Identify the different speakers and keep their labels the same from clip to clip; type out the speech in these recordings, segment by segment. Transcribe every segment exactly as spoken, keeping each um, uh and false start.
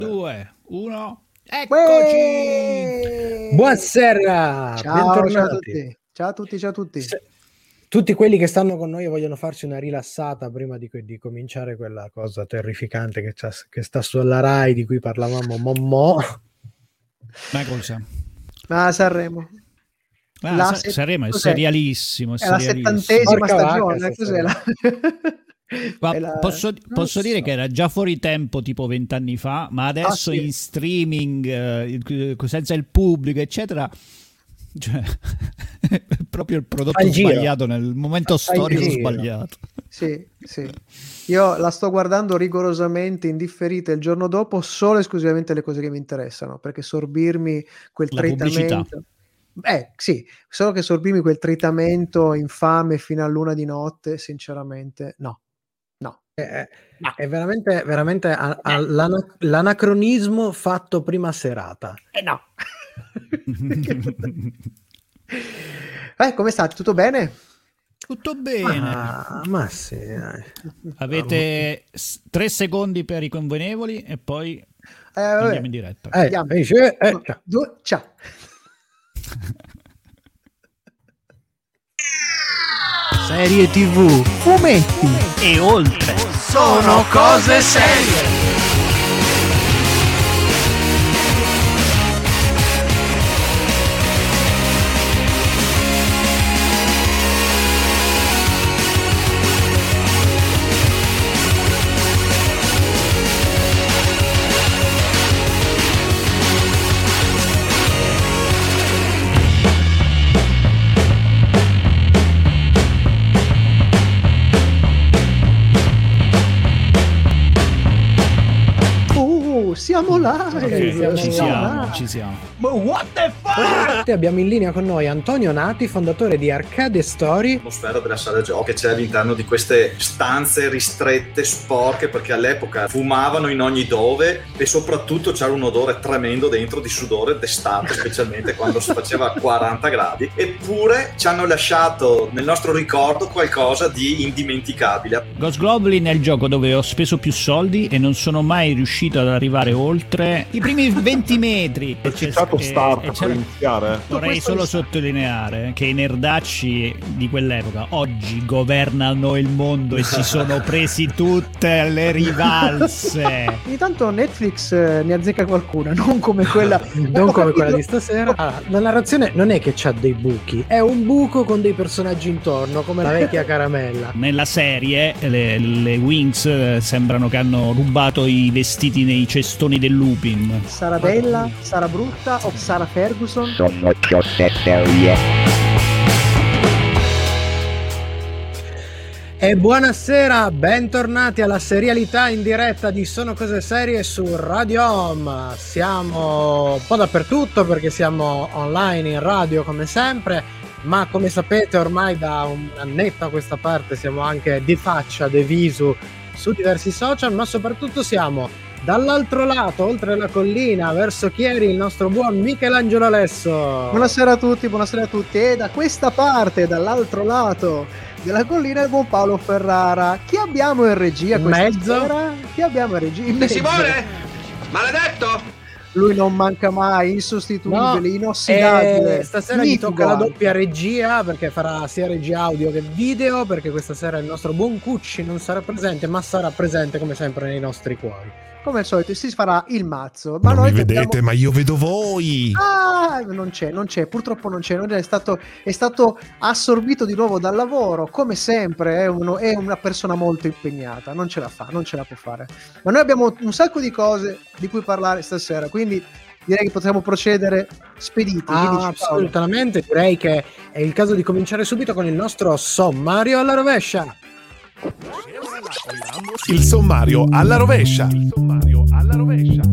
Speaker 1: due, uno, eccoci! Uè!
Speaker 2: Buonasera,
Speaker 3: ciao,
Speaker 2: bentornati.
Speaker 3: Ciao a tutti, ciao a tutti, ciao a tutti.
Speaker 2: Se, tutti quelli che stanno con noi vogliono farsi una rilassata prima di, di cominciare quella cosa terrificante che, che sta sulla Rai, di cui parlavamo mommo.
Speaker 1: Ma cosa?
Speaker 3: Ma Sanremo.
Speaker 1: Ah, la set- Sanremo è serialissimo. È,
Speaker 3: è la settantesima stagione. Vacca, cos'è la...
Speaker 1: Ma la... Posso, posso so. dire che era già fuori tempo tipo vent'anni fa, ma adesso ah, sì. in streaming, eh, senza il pubblico, eccetera, cioè, è proprio il prodotto sbagliato nel momento storico sbagliato.
Speaker 3: Sì, sì. Io la sto guardando rigorosamente indifferita il giorno dopo, solo e esclusivamente le cose che mi interessano, perché sorbirmi quel
Speaker 1: la
Speaker 3: trattamento...
Speaker 1: pubblicità.
Speaker 3: Eh sì, solo che sorbirmi quel trattamento infame fino a luna di notte, sinceramente no. No.
Speaker 2: È, no. è veramente, veramente a, a, l'ana- l'anacronismo fatto prima serata.
Speaker 3: Eh no. eh, come state? Tutto bene?
Speaker 1: Tutto bene.
Speaker 2: Ah, ma sì. Dai.
Speaker 1: Avete s- tre secondi per i convenevoli e poi
Speaker 3: eh,
Speaker 1: andiamo in diretta.
Speaker 2: Eh,
Speaker 3: andiamo.
Speaker 2: Eh, eh, eh,
Speaker 3: ciao. Due, ciao.
Speaker 2: Serie tivù, fumetti
Speaker 1: e oltre
Speaker 4: sono cose serie.
Speaker 3: Siamo live,
Speaker 1: okay,
Speaker 3: siamo
Speaker 1: ci siamo, live. ci siamo.
Speaker 4: What the fuck?
Speaker 2: Abbiamo in linea con noi Antonio Nati, fondatore di Arcade Story.
Speaker 5: L'atmosfera della sala giochi che c'è all'interno di queste stanze ristrette, sporche, perché all'epoca fumavano in ogni dove e soprattutto c'era un odore tremendo dentro di sudore d'estate, specialmente quando si faceva quaranta gradi. Eppure ci hanno lasciato nel nostro ricordo qualcosa di indimenticabile.
Speaker 1: Ghost Goblin è il gioco dove ho speso più soldi e non sono mai riuscito ad arrivare oltre i primi venti metri.
Speaker 6: Ho citato Start per iniziare.
Speaker 1: Vorrei solo sottolineare che i nerdacci di quell'epoca oggi governano il mondo e si sono presi tutte le rivalse.
Speaker 3: Ogni tanto Netflix eh, ne azzecca qualcuna, non come quella
Speaker 2: non come quella di stasera. Allora, la narrazione non è che c'ha dei buchi, è un buco con dei personaggi intorno, come la vecchia caramella.
Speaker 1: Nella serie le, le Wings sembrano che hanno rubato i vestiti nei cestoni del Lupin.
Speaker 3: Sarà bella, sarà brutta o sarà Ferguson?
Speaker 7: Sono cose serie.
Speaker 2: E buonasera, bentornati alla serialità in diretta di Sono Cose Serie su Radio Home. Siamo un po' dappertutto perché siamo online in radio come sempre, ma come sapete ormai da un annetto a questa parte siamo anche di faccia, de visu su diversi social, ma soprattutto siamo dall'altro lato, oltre la collina, verso Chieri, il nostro buon Michelangelo Alesso.
Speaker 3: Buonasera a tutti, buonasera a tutti. E da questa parte, dall'altro lato della collina, il buon Paolo Ferrara. Chi abbiamo in regia questa
Speaker 2: mezzo?
Speaker 3: sera? Chi abbiamo in regia? In
Speaker 4: Che si vuole? Maledetto!
Speaker 3: Lui non manca mai, insostituibile,
Speaker 2: no,
Speaker 3: inossidabile.
Speaker 2: Eh, stasera gli tocca la doppia regia, perché farà sia regia audio che video, perché questa sera il nostro buon Cucci non sarà presente, ma sarà presente come sempre nei nostri cuori.
Speaker 3: Come al solito si farà il mazzo. Ma
Speaker 6: non
Speaker 3: noi
Speaker 6: mi vedete,
Speaker 3: abbiamo...
Speaker 6: ma io vedo voi.
Speaker 3: Ah, non c'è, non c'è, purtroppo non c'è. Non è stato, è stato assorbito di nuovo dal lavoro, come sempre. È, uno, è una persona molto impegnata, non ce la fa, non ce la può fare. Ma noi abbiamo un sacco di cose di cui parlare stasera, quindi direi che potremmo procedere spediti.
Speaker 2: Ah, assolutamente, direi che è il caso di cominciare subito con il nostro sommario alla rovescia.
Speaker 6: Il sommario alla rovescia. Il sommario alla rovescia.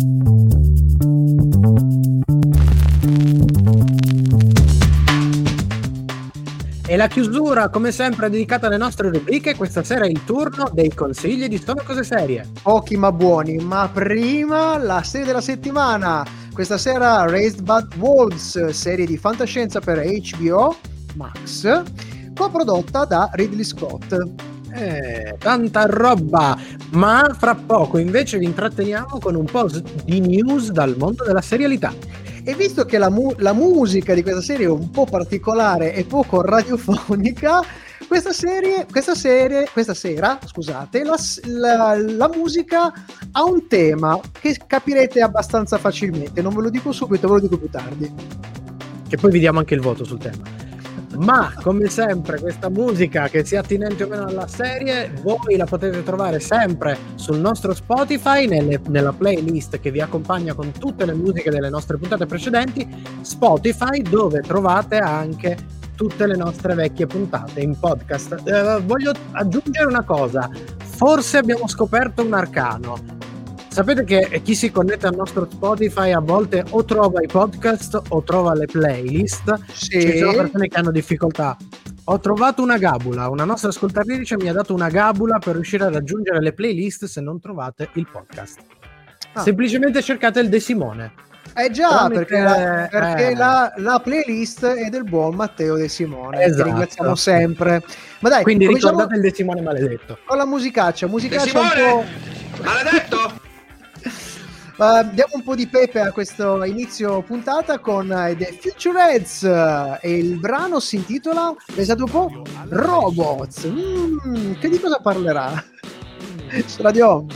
Speaker 2: E la chiusura, come sempre, dedicata alle nostre rubriche. Questa sera è il turno dei consigli di Sono Cose Serie.
Speaker 3: Pochi ma buoni, ma prima la serie della settimana. Questa sera Raised by Wolves, serie di fantascienza per H B O Max, coprodotta da Ridley Scott.
Speaker 2: Eh, tanta roba, ma fra poco invece vi intratteniamo con un po' di news dal mondo della serialità.
Speaker 3: E visto che la, mu- la musica di questa serie è un po' particolare e poco radiofonica, questa serie, questa serie, questa sera, scusate, la, la, la musica ha un tema che capirete abbastanza facilmente. Non ve lo dico subito, ve lo dico più tardi.
Speaker 2: Che poi vi diamo anche il voto sul tema. Ma come sempre questa musica che sia attinente o meno alla serie voi la potete trovare sempre sul nostro Spotify, nelle, nella playlist che vi accompagna con tutte le musiche delle nostre puntate precedenti, Spotify, dove trovate anche tutte le nostre vecchie puntate in podcast. Eh, voglio aggiungere una cosa, forse abbiamo scoperto un arcano. Sapete che chi si connette al nostro Spotify a volte o trova i podcast o trova le playlist.
Speaker 3: Sì.
Speaker 2: Ci sono persone che hanno difficoltà. Ho trovato una gabula, una nostra ascoltatrice mi ha dato una gabula per riuscire a raggiungere le playlist se non trovate il podcast. Ah. Semplicemente cercate il De Simone.
Speaker 3: Eh già,
Speaker 2: Tramite,
Speaker 3: perché, la, perché
Speaker 2: eh.
Speaker 3: la, la playlist è del buon Matteo De Simone,
Speaker 2: Esatto.
Speaker 3: che ringraziamo sempre. Ma dai,
Speaker 2: quindi
Speaker 3: cominciamo
Speaker 2: ricordate il De Simone maledetto.
Speaker 3: con la musicaccia, musicaccia
Speaker 4: De
Speaker 3: un
Speaker 4: Simone!
Speaker 3: po'...
Speaker 4: Maledetto!
Speaker 3: Uh, diamo un po' di pepe a questo inizio puntata con uh, The Futureheads uh, e il brano si intitola, pensate un po', Robots. Mm, che di cosa parlerà? Su Radio Home.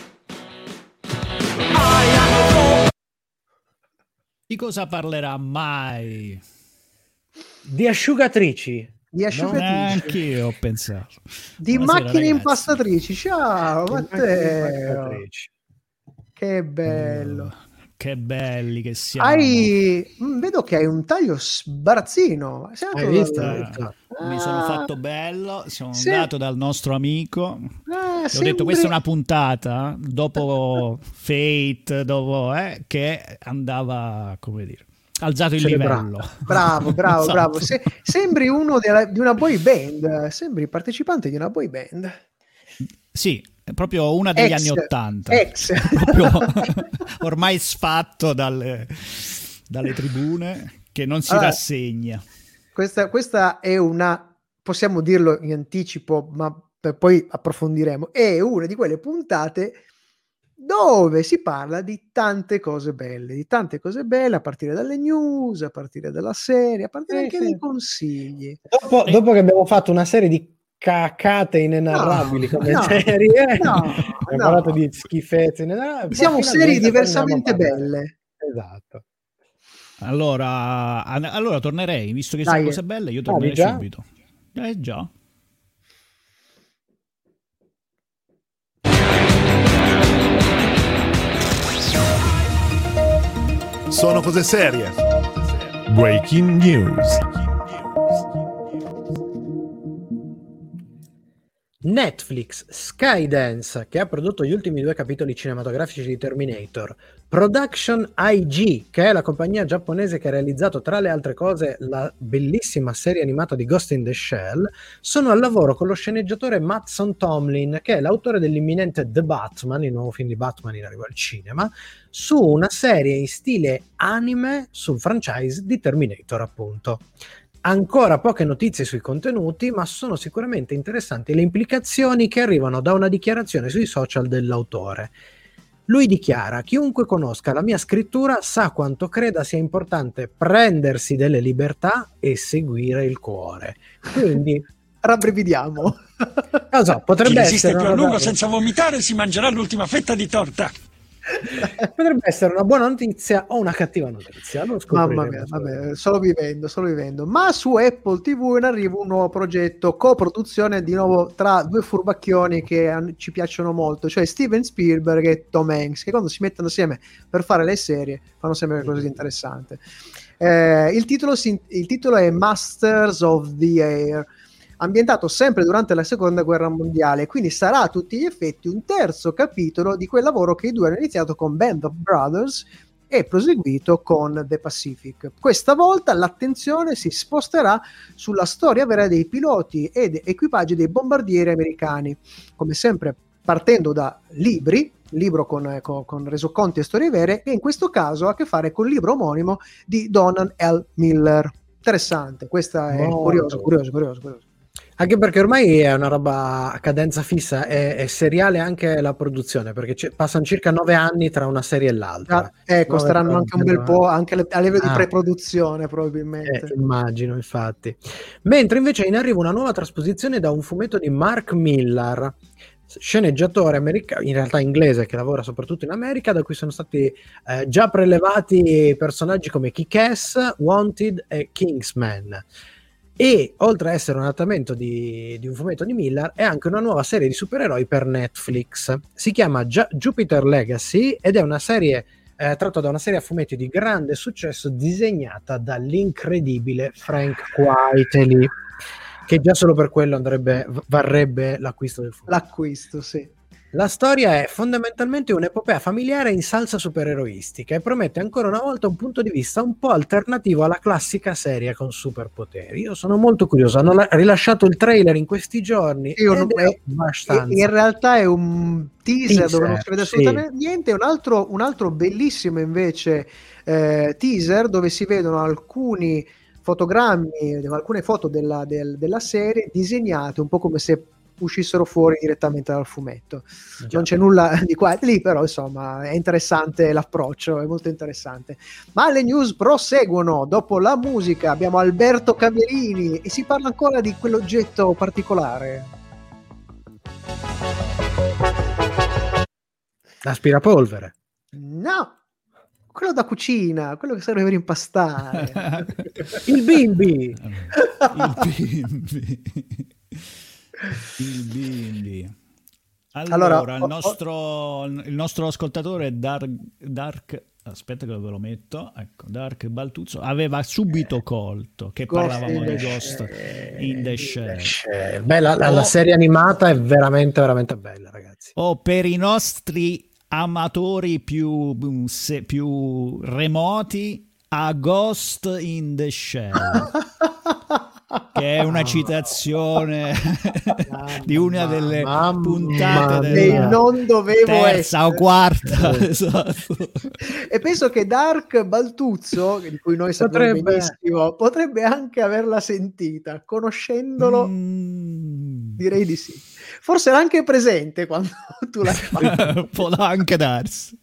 Speaker 1: Di cosa parlerà mai?
Speaker 2: Di asciugatrici.
Speaker 3: Di asciugatrici.
Speaker 1: Anch'io ho pensato.
Speaker 3: Di
Speaker 1: Buonasera,
Speaker 3: macchine
Speaker 1: ragazzi.
Speaker 3: impastatrici. Ciao
Speaker 2: Di macchine
Speaker 3: Matteo.
Speaker 2: impastatrici.
Speaker 3: Che bello.
Speaker 1: Uh, che belli che siamo.
Speaker 3: Hai... mm, vedo che hai un taglio sbarazzino. Sei
Speaker 2: Hai
Speaker 3: andato
Speaker 2: visto?
Speaker 3: dal-
Speaker 1: Eh,
Speaker 2: Ecco.
Speaker 1: Mi sono
Speaker 3: Ah.
Speaker 1: fatto bello, sono
Speaker 3: Sì.
Speaker 1: andato dal nostro amico.
Speaker 3: Ah,
Speaker 1: Ho
Speaker 3: sembri-
Speaker 1: detto questa è una puntata dopo Fate, dopo, eh, che andava, come dire, alzato il
Speaker 2: Celebrato.
Speaker 1: livello.
Speaker 3: Bravo, bravo,
Speaker 1: Esatto.
Speaker 3: bravo. Se- sembri uno della- di una boy band. Sembri partecipante di una boy band.
Speaker 1: Sì, è proprio una degli
Speaker 3: Ex.
Speaker 1: anni Ottanta.
Speaker 3: Ex.
Speaker 1: Proprio ormai sfatto dalle, dalle tribune, che non si
Speaker 3: Allora,
Speaker 1: rassegna.
Speaker 3: Questa, questa è una, possiamo dirlo in anticipo, ma per poi approfondiremo. È una di quelle puntate dove si parla di tante cose belle, di tante cose belle, a partire dalle news, a partire dalla serie, a partire
Speaker 2: Sì,
Speaker 3: anche
Speaker 2: sì.
Speaker 3: dai consigli.
Speaker 2: Dopo, dopo che abbiamo fatto una serie di cacate inenarrabili
Speaker 3: No,
Speaker 2: come
Speaker 3: no,
Speaker 2: serie,
Speaker 3: no,
Speaker 2: abbiamo
Speaker 3: no.
Speaker 2: parlato di schifezze inenarrabili,
Speaker 3: Siamo
Speaker 2: poi
Speaker 3: serie
Speaker 2: finalmente
Speaker 3: diversamente
Speaker 2: torniamo a parlare.
Speaker 3: belle.
Speaker 2: Esatto.
Speaker 1: Allora, an- allora tornerei, visto che
Speaker 3: Dai.
Speaker 1: sono cose belle, io
Speaker 2: Ah,
Speaker 1: tornerei
Speaker 2: già?
Speaker 1: subito. Eh già.
Speaker 6: Sono cose serie. Breaking news.
Speaker 2: Netflix, Skydance, che ha prodotto gli ultimi due capitoli cinematografici di Terminator, Production I G, che è la compagnia giapponese che ha realizzato tra le altre cose la bellissima serie animata di Ghost in the Shell, sono al lavoro con lo sceneggiatore Mattson Tomlin, che è l'autore dell'imminente The Batman, il nuovo film di Batman in arrivo al cinema, su una serie in stile anime sul franchise di Terminator, appunto. Ancora poche notizie sui contenuti, ma sono sicuramente interessanti le implicazioni che arrivano da una dichiarazione sui social dell'autore. Lui dichiara: chiunque conosca la mia scrittura sa quanto creda sia importante prendersi delle libertà e seguire il cuore. Quindi
Speaker 3: Rabbrividiamo.
Speaker 2: non so,
Speaker 8: Chi
Speaker 2: potrebbe
Speaker 8: resiste
Speaker 2: essere
Speaker 8: più a
Speaker 2: una
Speaker 8: lungo
Speaker 2: roba-
Speaker 8: senza vomitare si mangerà l'ultima fetta di torta.
Speaker 2: potrebbe essere una buona notizia o una cattiva notizia. Lo
Speaker 3: Mamma
Speaker 2: scopriremo.
Speaker 3: mia, vabbè, solo vivendo, solo vivendo. Ma su Apple ti vu è in arrivo un nuovo progetto, coproduzione di nuovo tra due furbacchioni che han- ci piacciono molto, cioè Steven Spielberg e Tom Hanks, che quando si mettono assieme per fare le serie fanno sempre qualcosa di interessante. Eh, il, titolo si- il titolo è Masters of the Air, ambientato sempre durante la seconda guerra mondiale, quindi sarà a tutti gli effetti un terzo capitolo di quel lavoro che i due hanno iniziato con Band of Brothers e proseguito con The Pacific. Questa volta l'attenzione si sposterà sulla storia vera dei piloti ed equipaggi dei bombardieri americani, come sempre partendo da libri, libro con, con, con resoconti e storie vere, e in questo caso ha a che fare con il libro omonimo di Donald L. Miller. Interessante, questa è
Speaker 2: Molto.
Speaker 3: curioso, curioso, curioso, curioso.
Speaker 2: Anche perché ormai è una roba a cadenza fissa, è, è seriale anche la produzione, perché c- passano circa nove anni tra una serie e l'altra.
Speaker 3: Ah, eh, costeranno anche un bel po', anche le, a livello
Speaker 2: ah.
Speaker 3: di preproduzione probabilmente.
Speaker 2: Eh, immagino, infatti. Mentre invece è in arrivo una nuova trasposizione da un fumetto di Mark Millar, sceneggiatore americano, in realtà inglese, che lavora soprattutto in America, da cui sono stati eh, già prelevati personaggi come Kick-Ass, Wanted e Kingsman. E oltre a essere un adattamento di, di un fumetto di Millar, è anche una nuova serie di supereroi per Netflix. Si chiama Ju- Jupiter Legacy ed è una serie eh, tratta da una serie a fumetti di grande successo disegnata dall'incredibile Frank Quitely, che già solo per quello andrebbe, varrebbe l'acquisto del fumetto.
Speaker 3: L'acquisto, sì.
Speaker 2: La storia è fondamentalmente un'epopea familiare in salsa supereroistica e promette ancora una volta un punto di vista un po' alternativo alla classica serie con superpoteri. Io sono molto curioso, hanno rilasciato il trailer in questi giorni.
Speaker 3: Io non,
Speaker 2: è
Speaker 3: è, in realtà è un teaser, teaser dove non si vede assolutamente
Speaker 2: sì.
Speaker 3: niente. Un altro, un altro bellissimo invece eh, teaser dove si vedono alcuni fotogrammi, alcune foto della, del, della serie disegnate un po' come se uscissero fuori direttamente dal fumetto. Già. Non c'è nulla di qua e lì, però insomma è interessante l'approccio, è molto interessante. Ma le news proseguono. Dopo la musica abbiamo Alberto Camerini e si parla ancora di quell'oggetto particolare.
Speaker 2: L'aspirapolvere?
Speaker 3: No, quello da cucina, quello che serve per impastare.
Speaker 2: Il bimbi.
Speaker 1: Il bimbi. Il bimbi. Allora, allora il, nostro, il nostro ascoltatore Dark, Dark aspetta che ve lo metto, ecco, Dark Baltuzzo aveva subito colto che
Speaker 3: Ghost
Speaker 1: parlavamo di Ghost in the Shell.
Speaker 2: Bella, la, la serie animata è veramente veramente bella, ragazzi.
Speaker 1: O per i nostri amatori più, se, più remoti, a Ghost in the Shell. Che è una citazione di una delle
Speaker 2: mamma,
Speaker 1: puntate
Speaker 2: mamma
Speaker 1: della
Speaker 3: non dovevo
Speaker 1: terza
Speaker 3: essere.
Speaker 1: o quarta. Esatto.
Speaker 3: E penso che Dark Baltuzzo, di cui noi sappiamo
Speaker 2: potrebbe...
Speaker 3: benissimo, potrebbe anche averla sentita. Conoscendolo, mm. direi di sì. Forse era anche presente quando tu l'hai fatto.
Speaker 1: Può anche darsi.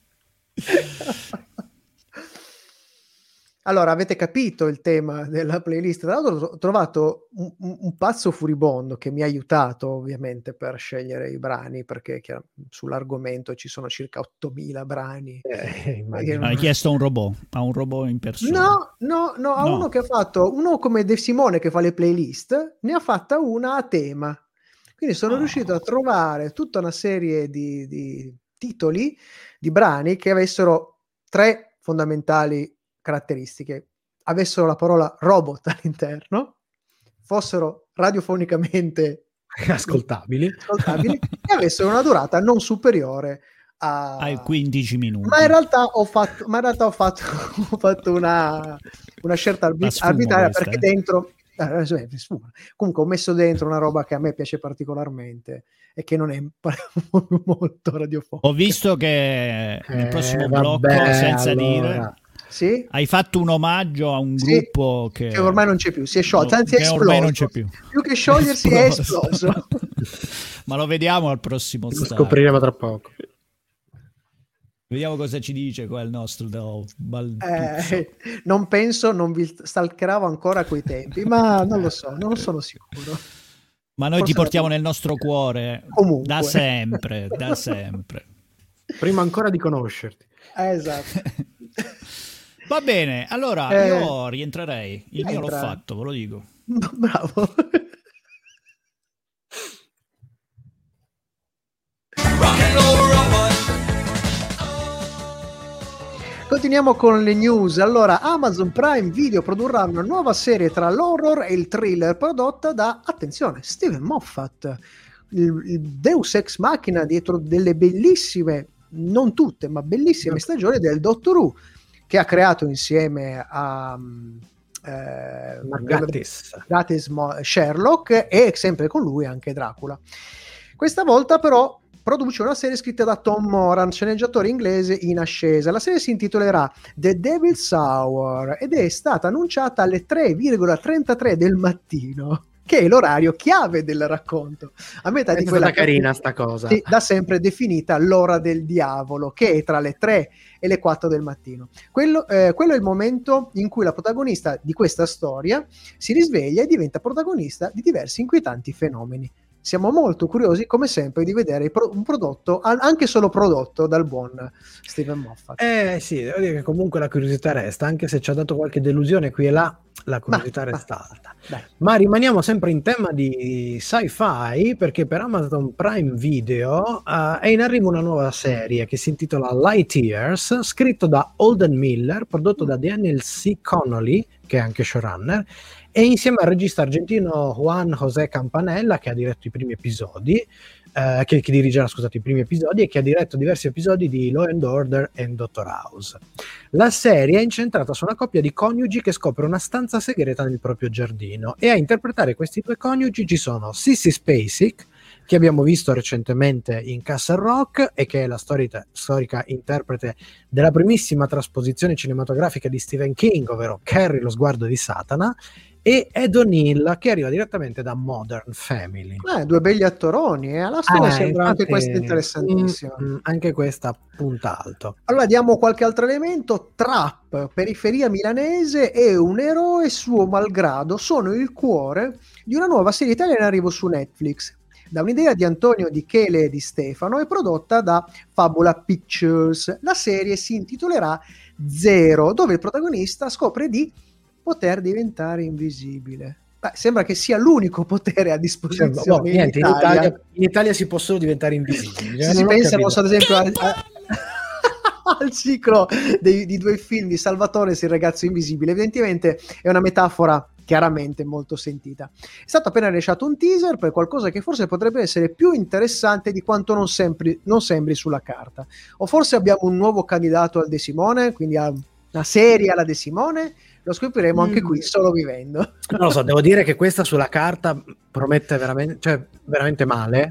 Speaker 3: Allora, avete capito il tema della playlist? Tra l'altro ho trovato un, un pazzo furibondo che mi ha aiutato ovviamente per scegliere i brani, perché sull'argomento ci sono circa ottomila brani.
Speaker 2: Eh,
Speaker 1: non... Hai chiesto a un robot, a un robot in persona?
Speaker 3: No, no, no, a no. uno che ha fatto, uno come De Simone che fa le playlist, ne ha fatta una a tema. Quindi sono oh. riuscito a trovare tutta una serie di, di titoli, di brani che avessero tre fondamentali caratteristiche: avessero la parola robot all'interno, fossero radiofonicamente
Speaker 2: ascoltabili,
Speaker 3: ascoltabili e avessero una durata non superiore a...
Speaker 1: ai quindici minuti.
Speaker 3: Ma in realtà ho fatto, ma in realtà ho fatto, ho fatto una, una scelta arbit- arbitraria questa, perché eh? dentro eh, comunque ho messo dentro una roba che a me piace particolarmente e che non è molto radiofonica.
Speaker 1: Ho visto che nel
Speaker 2: eh,
Speaker 1: prossimo
Speaker 2: vabbè,
Speaker 1: blocco, senza allora. dire
Speaker 3: Sì?
Speaker 1: Hai fatto un omaggio a un gruppo sì, che...
Speaker 3: che ormai non c'è più, si è sciolto, anzi è esploso.
Speaker 1: Ormai non c'è più.
Speaker 3: Più che sciogliersi è esploso.
Speaker 1: Ma lo vediamo al prossimo
Speaker 2: lo scopriremo tra poco.
Speaker 1: Vediamo cosa ci dice qua il nostro
Speaker 3: eh, non penso, non vi stalkeravo ancora a quei tempi, ma non lo so, non sono sicuro.
Speaker 1: Ma noi Forse ti portiamo nel nostro cuore
Speaker 3: comunque.
Speaker 1: da sempre, da sempre.
Speaker 2: Prima ancora di conoscerti.
Speaker 3: Eh, esatto.
Speaker 1: Va bene, allora eh, io rientrerei. Il mio l'ho fatto, ve lo dico.
Speaker 3: Bravo. Continuiamo con le news. Allora, Amazon Prime Video produrrà una nuova serie tra l'horror e il thriller prodotta da, attenzione, Steven Moffat, il, il Deus Ex Machina dietro delle bellissime, non tutte, ma bellissime stagioni del Doctor Who, che ha creato insieme a eh,
Speaker 2: Gatiss.
Speaker 3: Gatiss Sherlock e sempre con lui anche Dracula. Questa volta però produce una serie scritta da Tom Moran, sceneggiatore inglese in ascesa. La serie si intitolerà The Devil's Hour ed è stata annunciata alle tre virgola trentatré del mattino che è l'orario chiave del racconto. A metà
Speaker 2: è
Speaker 3: di quella
Speaker 2: stata carina sta cosa.
Speaker 3: Sì, da sempre definita l'ora del diavolo, che è tra le tre e le quattro del mattino. Quello, eh, quello è il momento in cui la protagonista di questa storia si risveglia e diventa protagonista di diversi inquietanti fenomeni. Siamo molto curiosi, come sempre, di vedere un prodotto, anche solo prodotto dal buon Steven Moffat.
Speaker 2: Eh sì, devo dire che comunque la curiosità resta, anche se ci ha dato qualche delusione qui e là, la curiosità ma, resta ma, alta. Dai. Ma rimaniamo sempre in tema di sci-fi, perché per Amazon Prime Video uh, è in arrivo una nuova serie che si intitola Light Years, scritto da Holden Miller, prodotto da Daniel C. Connolly, che è anche showrunner, e insieme al regista argentino Juan José Campanella, che ha diretto i primi episodi, eh, che, che dirigerà scusate, i primi episodi e che ha diretto diversi episodi di Law and Order e Doctor House. La serie è incentrata su una coppia di coniugi che scopre una stanza segreta nel proprio giardino, e a interpretare questi due coniugi ci sono Sissy Spacek, che abbiamo visto recentemente in Castle Rock e che è la storica, storica interprete della primissima trasposizione cinematografica di Stephen King, ovvero Carrie, lo sguardo di Satana, e Ed O'Neill, che arriva direttamente da Modern Family.
Speaker 3: Eh, due belli attoroni, eh? Alla storia eh, sembra infatti, anche questa interessantissima.
Speaker 2: Mm, anche questa punta alto.
Speaker 3: Allora diamo qualche altro elemento. Trap, periferia milanese, e un eroe suo malgrado sono il cuore di una nuova serie italiana in arrivo su Netflix. Da un'idea di Antonio Di Chele e di Stefano, è prodotta da Fabula Pictures. La serie si intitolerà Zero, dove il protagonista scopre di poter diventare invisibile. Beh, sembra che sia l'unico potere a disposizione.
Speaker 2: Cioè, boh, niente, in, Italia. In, Italia, in Italia si possono diventare invisibili.
Speaker 3: Se si pensano, ad esempio, a, a, al ciclo dei, di due film di Salvatore e il ragazzo invisibile, evidentemente è una metafora chiaramente molto sentita. È stato appena rilasciato un teaser per qualcosa che forse potrebbe essere più interessante di quanto non sembri, non sembri sulla carta. O forse abbiamo un nuovo candidato al De Simone, quindi a una serie alla De Simone. Lo scopriremo anche qui, solo vivendo.
Speaker 2: Non lo so, devo dire che questa sulla carta promette veramente, cioè, veramente male.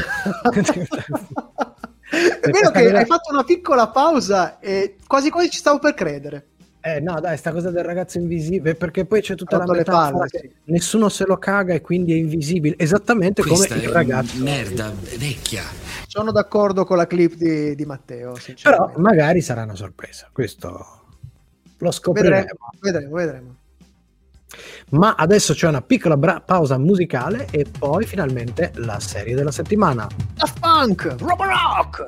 Speaker 3: È vero che hai fatto una piccola pausa e quasi quasi ci stavo per credere.
Speaker 2: Eh no, dai, sta cosa del ragazzo invisibile, perché poi c'è tutta la
Speaker 3: metafora
Speaker 2: palle, che sì. Nessuno se lo caga e quindi è invisibile, esattamente
Speaker 9: questa
Speaker 2: come il ragazzo.
Speaker 9: Merda vecchia.
Speaker 3: Sono d'accordo con la clip di, di Matteo,
Speaker 2: però magari sarà una sorpresa, questo lo scopriremo.
Speaker 3: Vedremo, vedremo, vedremo.
Speaker 2: Ma adesso c'è una piccola bra- pausa musicale e poi finalmente la serie della settimana.
Speaker 3: Daft Punk, Roborock!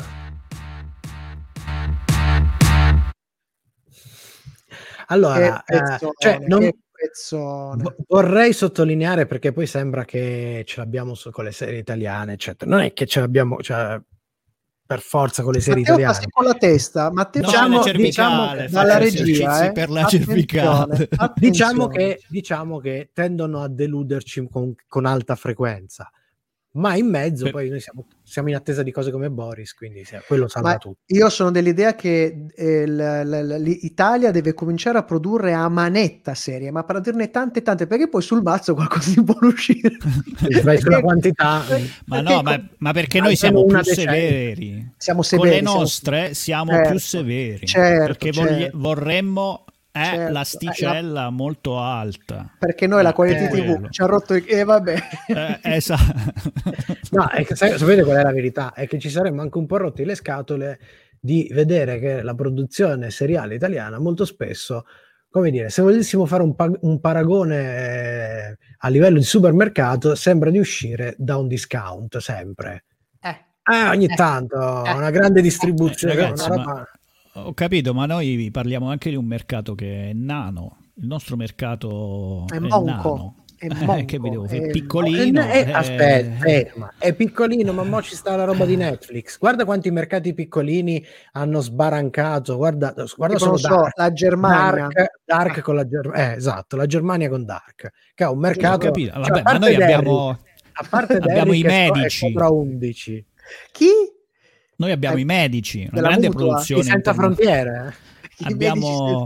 Speaker 2: Allora,
Speaker 3: che pezzone,
Speaker 2: eh, cioè, non,
Speaker 3: che pezzone.
Speaker 2: vorrei sottolineare, perché poi sembra che ce l'abbiamo su, con le serie italiane, eccetera. Non è che ce l'abbiamo, cioè, per forza con le serie
Speaker 3: Matteo
Speaker 2: italiane.
Speaker 3: Passi con la testa, Matteo,
Speaker 1: no,
Speaker 3: diciamo,
Speaker 1: diciamo
Speaker 3: dalla regia, eh.
Speaker 1: per la cervicale.
Speaker 2: Diciamo che, diciamo che tendono a deluderci con, con alta frequenza. Ma in mezzo per... poi noi siamo, siamo in attesa di cose come Boris, quindi sì, quello salva
Speaker 3: Ma
Speaker 2: tutto.
Speaker 3: Io sono dell'idea che eh, l'Italia deve cominciare a produrre a manetta serie, ma per dirne tante tante, perché poi sul mazzo qualcosa si può uscire.
Speaker 2: Vai sulla quantità.
Speaker 1: Ma no, ma, ma perché noi siamo più severi.
Speaker 3: Siamo severi.
Speaker 1: Con le nostre siamo, siamo
Speaker 3: certo,
Speaker 1: più severi.
Speaker 3: Certo,
Speaker 1: perché
Speaker 3: certo.
Speaker 1: vorremmo è
Speaker 3: certo.
Speaker 1: l'asticella eh, molto alta,
Speaker 3: perché noi la qualità eh, tivù ci ha rotto il... eh vabbè
Speaker 1: eh, esatto.
Speaker 2: No, è che, sapete qual è la verità? È che ci saremmo anche un po' rotti le scatole di vedere che la produzione seriale italiana molto spesso, come dire, se volessimo fare un, pa- un paragone eh, a livello di supermercato, sembra di uscire da un discount sempre
Speaker 3: eh,
Speaker 2: eh ogni
Speaker 3: eh,
Speaker 2: tanto
Speaker 3: eh,
Speaker 2: una grande distribuzione,
Speaker 1: eh, ragazzi,
Speaker 2: una roba...
Speaker 1: ma... Ho capito, ma noi parliamo anche di un mercato che è nano. Il nostro mercato
Speaker 3: è,
Speaker 1: è
Speaker 3: monco,
Speaker 1: nano.
Speaker 3: È, monco,
Speaker 1: eh, che vedevo, è,
Speaker 3: è
Speaker 1: piccolino.
Speaker 2: È,
Speaker 1: è...
Speaker 2: Aspetta, ferma. È piccolino, ma mo ci sta la roba di Netflix. Guarda quanti mercati piccolini hanno sbarancato. Guarda, guarda solo
Speaker 3: so,
Speaker 2: Dark.
Speaker 3: la Germania.
Speaker 2: Dark, Dark con la Germania. Eh, esatto, la Germania con Dark. Che ha un mercato.
Speaker 1: Capito.
Speaker 2: Cioè,
Speaker 1: Vabbè, ma noi
Speaker 2: Derrick,
Speaker 1: abbiamo,
Speaker 2: a parte
Speaker 1: abbiamo i medici.
Speaker 2: undici.
Speaker 3: Chi?
Speaker 1: Noi abbiamo
Speaker 3: eh,
Speaker 1: i medici, una grande
Speaker 3: mutua.
Speaker 1: produzione.
Speaker 2: I Senza Frontiere.
Speaker 1: Abbiamo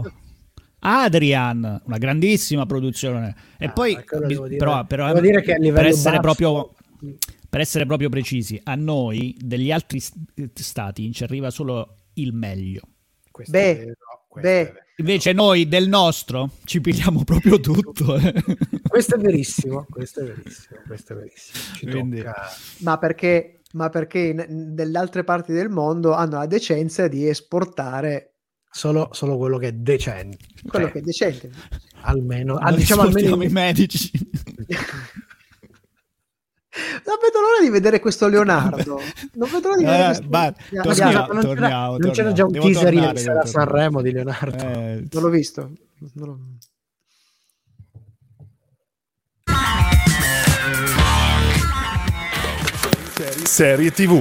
Speaker 1: Adrian, una grandissima produzione. E
Speaker 2: ah,
Speaker 1: poi,
Speaker 2: dire,
Speaker 1: però, però
Speaker 2: devo dire che a livello
Speaker 1: per essere
Speaker 2: basso,
Speaker 1: proprio per essere proprio precisi, a noi degli altri stati ci arriva solo il meglio.
Speaker 3: Beh, beh
Speaker 1: Invece noi del nostro ci pigliamo proprio tutto. Eh.
Speaker 2: Questo è verissimo, questo è verissimo, questo è verissimo. Ci
Speaker 1: Quindi...
Speaker 2: tocca...
Speaker 3: Ma perché, ma perché in, nelle altre parti del mondo hanno la decenza di esportare
Speaker 2: solo, solo quello che è decente.
Speaker 3: quello
Speaker 2: cioè,
Speaker 3: che è decente.
Speaker 2: Almeno,
Speaker 1: ah,
Speaker 2: diciamo almeno
Speaker 1: i medici.
Speaker 3: Non vedo l'ora di vedere questo Leonardo. Non vedo l'ora di vedere
Speaker 1: Eh,
Speaker 3: questo...
Speaker 1: bah,
Speaker 3: Yeah,
Speaker 1: torniamo,
Speaker 3: yeah.
Speaker 2: non,
Speaker 1: torniamo,
Speaker 2: c'era, non c'era
Speaker 1: torniamo.
Speaker 2: già un
Speaker 1: Devo
Speaker 2: teaser
Speaker 1: tornare,
Speaker 2: ieri sera a
Speaker 1: devo tornare.
Speaker 2: Sanremo di Leonardo.
Speaker 1: Eh,
Speaker 3: Non l'ho visto. Non l'ho...
Speaker 6: Serie tivù.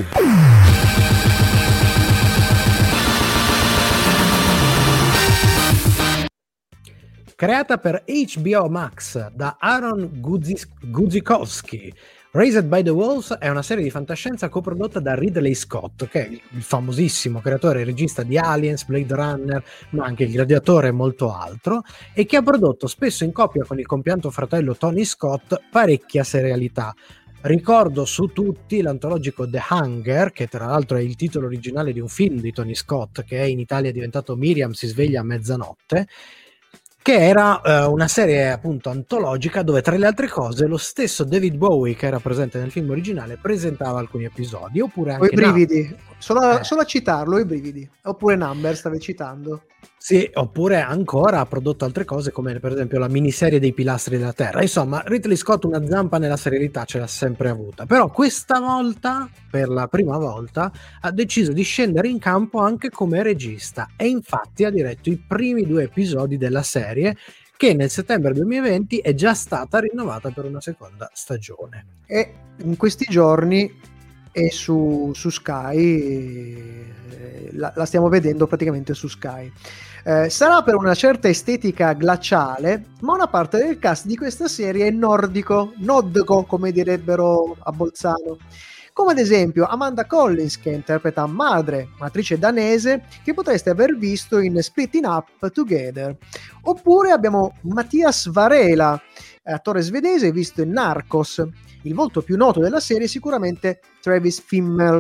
Speaker 2: Creata per H B O Max da Aaron Guzis- Guzikowski, Raised by the Wolves è una serie di fantascienza coprodotta da Ridley Scott, che è il famosissimo creatore e regista di Aliens, Blade Runner, ma anche Il Gladiatore e molto altro, e che ha prodotto spesso in coppia con il compianto fratello Tony Scott parecchia serialità. Ricordo su tutti l'antologico The Hunger, che tra l'altro è il titolo originale di un film di Tony Scott, che è in Italia diventato Miriam si sveglia a mezzanotte, che era uh, una serie appunto antologica dove tra le altre cose lo stesso David Bowie, che era presente nel film originale, presentava alcuni episodi, oppure anche
Speaker 3: Ho i brividi, solo a,
Speaker 2: Eh.
Speaker 3: solo a citarlo, ho i brividi. Oppure Number stavi citando.
Speaker 2: Sì, oppure ancora ha prodotto altre cose come per esempio la miniserie dei Pilastri della Terra. Insomma, Ridley Scott una zampa nella serialità ce l'ha sempre avuta, però questa volta, per la prima volta, ha deciso di scendere in campo anche come regista e infatti ha diretto i primi due episodi della serie, che nel settembre duemilaventi è già stata rinnovata per una seconda stagione.
Speaker 3: E in questi giorni è su, su Sky, eh, la, la stiamo vedendo praticamente su Sky. Eh, sarà per una certa estetica glaciale, ma una parte del cast di questa serie è nordico, nordco come direbbero a Bolzano, come ad esempio Amanda Collins, che interpreta Madre, un'attrice danese che potreste aver visto in Splitting Up Together, oppure abbiamo Mattias Varela, attore svedese visto in Narcos. Il volto più noto della serie è sicuramente Travis Fimmel,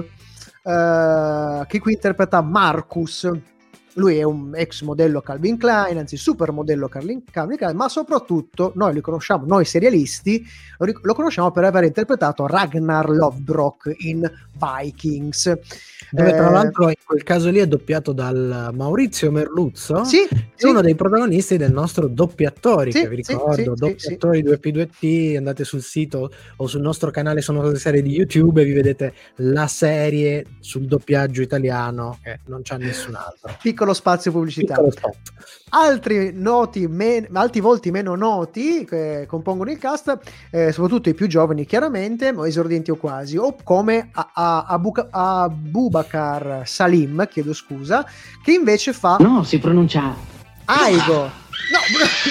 Speaker 3: eh, che qui interpreta Marcus. Lui è un ex modello Calvin Klein, anzi super modello Calvin Klein, ma soprattutto noi lo conosciamo, noi serialisti, lo, ric- lo conosciamo per aver interpretato Ragnar Lothbrok in Vikings.
Speaker 2: Dove tra
Speaker 3: Eh,
Speaker 2: l'altro in quel caso lì è doppiato dal Maurizio Merluzzo,
Speaker 3: Sì,
Speaker 2: che è
Speaker 3: sì.
Speaker 2: uno dei protagonisti del nostro Doppiatori,
Speaker 3: Sì,
Speaker 2: che vi
Speaker 3: sì,
Speaker 2: ricordo,
Speaker 3: sì,
Speaker 2: Doppiatori due P due T, andate sul sito o sul nostro canale Sono Cose Serie di YouTube e vi vedete la serie sul doppiaggio italiano, che non c'ha nessun altro.
Speaker 3: Piccolo spazio pubblicitario.
Speaker 2: Piccolo spot.
Speaker 3: Altri noti, men- altri volti meno noti che compongono il cast, eh, soprattutto i più giovani chiaramente, ma esordienti o quasi, o come a- a- Abu- Abubakar Salim, chiedo scusa, che invece fa
Speaker 9: No, si pronuncia
Speaker 3: Aigo. No,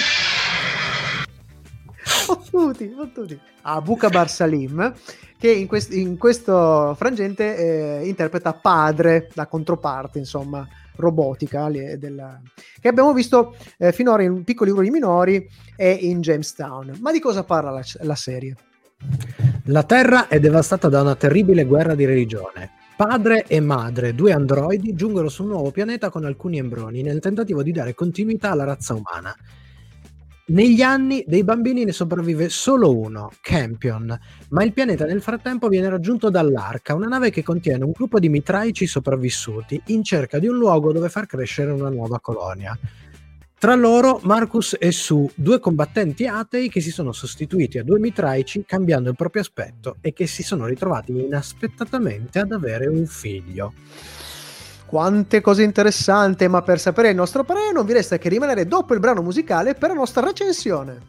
Speaker 3: fottuti, fottuti. Abubakar Salim, che in, quest- in questo frangente eh, interpreta padre, la controparte, insomma, robotica li- della... che abbiamo visto eh, finora in piccoli ruoli minori e in Jamestown. Ma di cosa parla la, la serie?
Speaker 2: La Terra è devastata da una terribile guerra di religione. Padre e madre, due androidi, giungono su un nuovo pianeta con alcuni embrioni nel tentativo di dare continuità alla razza umana. Negli anni dei bambini ne sopravvive solo uno, Campion, ma il pianeta nel frattempo viene raggiunto dall'Arca, una nave che contiene un gruppo di mitraici sopravvissuti in cerca di un luogo dove far crescere una nuova colonia. Tra loro Marcus e Sue, due combattenti atei che si sono sostituiti a due mitraici cambiando il proprio aspetto e che si sono ritrovati inaspettatamente ad avere un figlio.
Speaker 3: Quante cose interessanti, ma per sapere il nostro parere non vi resta che rimanere dopo il brano musicale per la nostra recensione.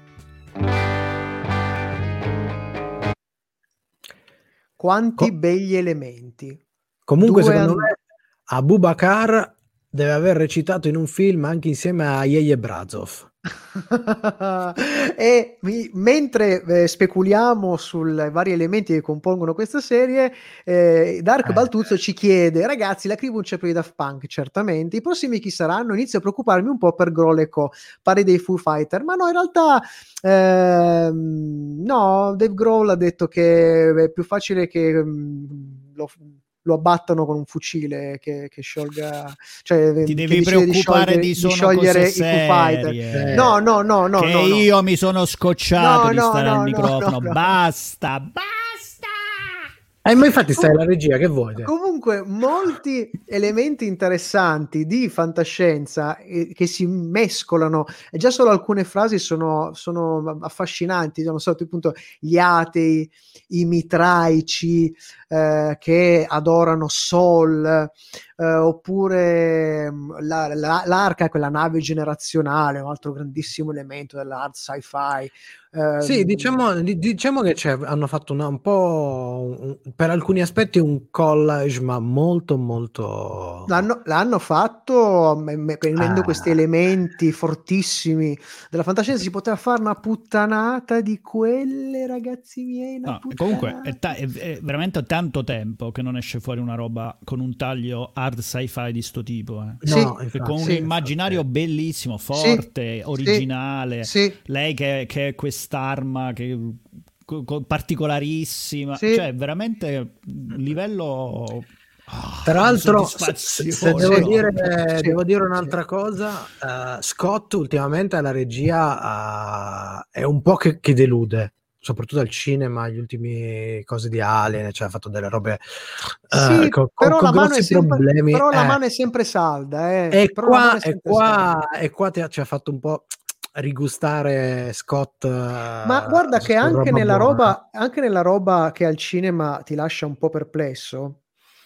Speaker 3: Quanti
Speaker 2: Co-
Speaker 3: begli elementi.
Speaker 2: Comunque
Speaker 3: Due
Speaker 2: secondo
Speaker 3: an-
Speaker 2: me Abubakar deve aver recitato in un film anche insieme a Yeye Brazov.
Speaker 3: E mi- mentre eh, speculiamo sui vari elementi che compongono questa serie, eh, Dark
Speaker 2: Eh.
Speaker 3: Baltuzzo ci chiede: ragazzi, la crew c'è per i Daft Punk, certamente. I prossimi chi saranno? Inizio a preoccuparmi un po' per Grohl e Co. Pare dei Foo Fighter, ma no, in realtà ehm, no, Dave Grohl ha detto che è più facile che mm, lo, lo abbattano con un fucile che, che sciolga, cioè
Speaker 1: ti devi preoccupare di,
Speaker 3: di sciogliere i Foo Fighter.
Speaker 1: Eh.
Speaker 3: No, no, no, no.
Speaker 1: Che
Speaker 3: no, no.
Speaker 1: io mi sono scocciato
Speaker 3: no,
Speaker 1: di
Speaker 3: no,
Speaker 1: stare
Speaker 3: no,
Speaker 1: al
Speaker 3: no,
Speaker 1: microfono.
Speaker 3: no, no.
Speaker 1: Basta, basta.
Speaker 2: Eh, ma infatti stai alla regia, che vuoi? te?
Speaker 3: Comunque molti elementi interessanti di fantascienza eh, che si mescolano, e già solo alcune frasi sono, sono affascinanti, non so, appunto gli atei, i mitraici eh, che adorano Sol, eh, oppure la, la, l'arca, quella nave generazionale, un altro grandissimo elemento dell'hard sci-fi. Eh,
Speaker 2: Sì, diciamo, diciamo che c'è, hanno fatto una, un po' un, per alcuni aspetti un collage, ma molto molto
Speaker 3: L'hanno, l'hanno fatto me- me- prendendo
Speaker 2: Ah.
Speaker 3: questi elementi fortissimi della fantascienza. Si poteva fare una puttanata di quelle, ragazzi miei, una
Speaker 1: No,
Speaker 3: puttanata.
Speaker 1: comunque è, ta- è- è veramente tanto tempo che non esce fuori una roba con un taglio hard sci-fi di sto tipo, eh.
Speaker 3: Sì,
Speaker 2: No, infatti,
Speaker 1: con un
Speaker 3: sì,
Speaker 1: immaginario
Speaker 2: infatti.
Speaker 1: bellissimo, forte, originale.
Speaker 3: Sì,
Speaker 1: Lei che, che è quest'arma che co- co- particolarissima,
Speaker 3: Sì.
Speaker 1: cioè veramente livello ah,
Speaker 2: Tra l'altro, se,
Speaker 1: soddisfazione.
Speaker 2: se devo,
Speaker 3: Sì.
Speaker 2: dire,
Speaker 3: Sì.
Speaker 2: devo dire un'altra cosa, eh, Scott ultimamente alla regia eh, è un po' che, che delude, soprattutto al cinema, gli ultimi cose di Alien, cioè ha fatto delle robe eh,
Speaker 3: Sì,
Speaker 2: con,
Speaker 3: però,
Speaker 2: con
Speaker 3: la mano è
Speaker 2: grossi
Speaker 3: sempre,
Speaker 2: problemi.
Speaker 3: però la
Speaker 2: eh.
Speaker 3: mano è sempre salda. Eh.
Speaker 2: E
Speaker 3: Però la mano
Speaker 2: qua,
Speaker 3: è
Speaker 2: e
Speaker 3: sempre salda.
Speaker 2: qua, e qua ti ha, ci ha fatto un po' rigustare Scott.
Speaker 3: Ma guarda che anche nella, roba, anche nella roba che al cinema ti lascia un po' perplesso,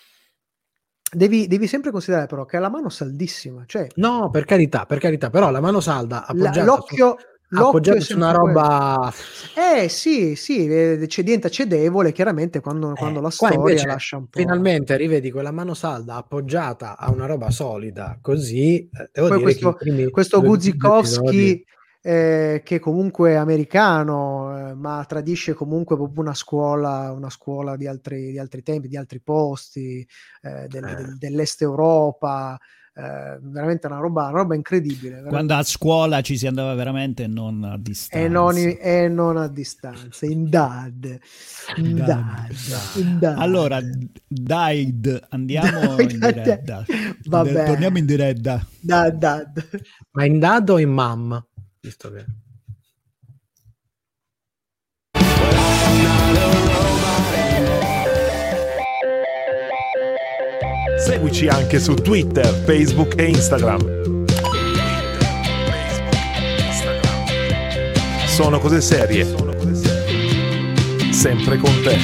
Speaker 3: devi, devi sempre considerare però che ha la mano saldissima. Cioè,
Speaker 2: No, per carità, per carità, però la mano salda appoggiata,
Speaker 3: la, l'occhio,
Speaker 2: su,
Speaker 3: l'occhio
Speaker 2: appoggiata
Speaker 3: è
Speaker 2: su una
Speaker 3: sempre
Speaker 2: roba.
Speaker 3: quello. Eh sì, sì, eh, c'è- diventa cedevole chiaramente quando, quando
Speaker 2: Eh,
Speaker 3: la
Speaker 2: qua
Speaker 3: storia
Speaker 2: invece
Speaker 3: lascia un po'.
Speaker 2: finalmente rivedi quella mano salda appoggiata a una roba solida, così eh, devo
Speaker 3: Poi
Speaker 2: dire
Speaker 3: questo,
Speaker 2: che i primi
Speaker 3: questo
Speaker 2: due
Speaker 3: Guzikowski,
Speaker 2: episodi-
Speaker 3: eh, che comunque è americano, eh, ma tradisce comunque proprio una scuola, una scuola di altri, di altri tempi, di altri posti, eh, del-
Speaker 2: Eh.
Speaker 3: del- dell'est Europa, eh, veramente una roba, una roba incredibile. veramente.
Speaker 1: Quando a scuola ci si andava veramente non a distanza.
Speaker 3: E non, i- e non a distanza, in dad, in dad, in dad.
Speaker 1: Allora, Dad, andiamo
Speaker 3: Dad,
Speaker 1: in
Speaker 3: dad.
Speaker 1: diretta.
Speaker 3: Vabbè.
Speaker 1: Torniamo in diretta.
Speaker 3: Dad, dad.
Speaker 2: Ma in dad o in mam? Visto che...
Speaker 6: Seguici anche su Twitter, Facebook e Instagram. Sono cose serie. Sempre con te.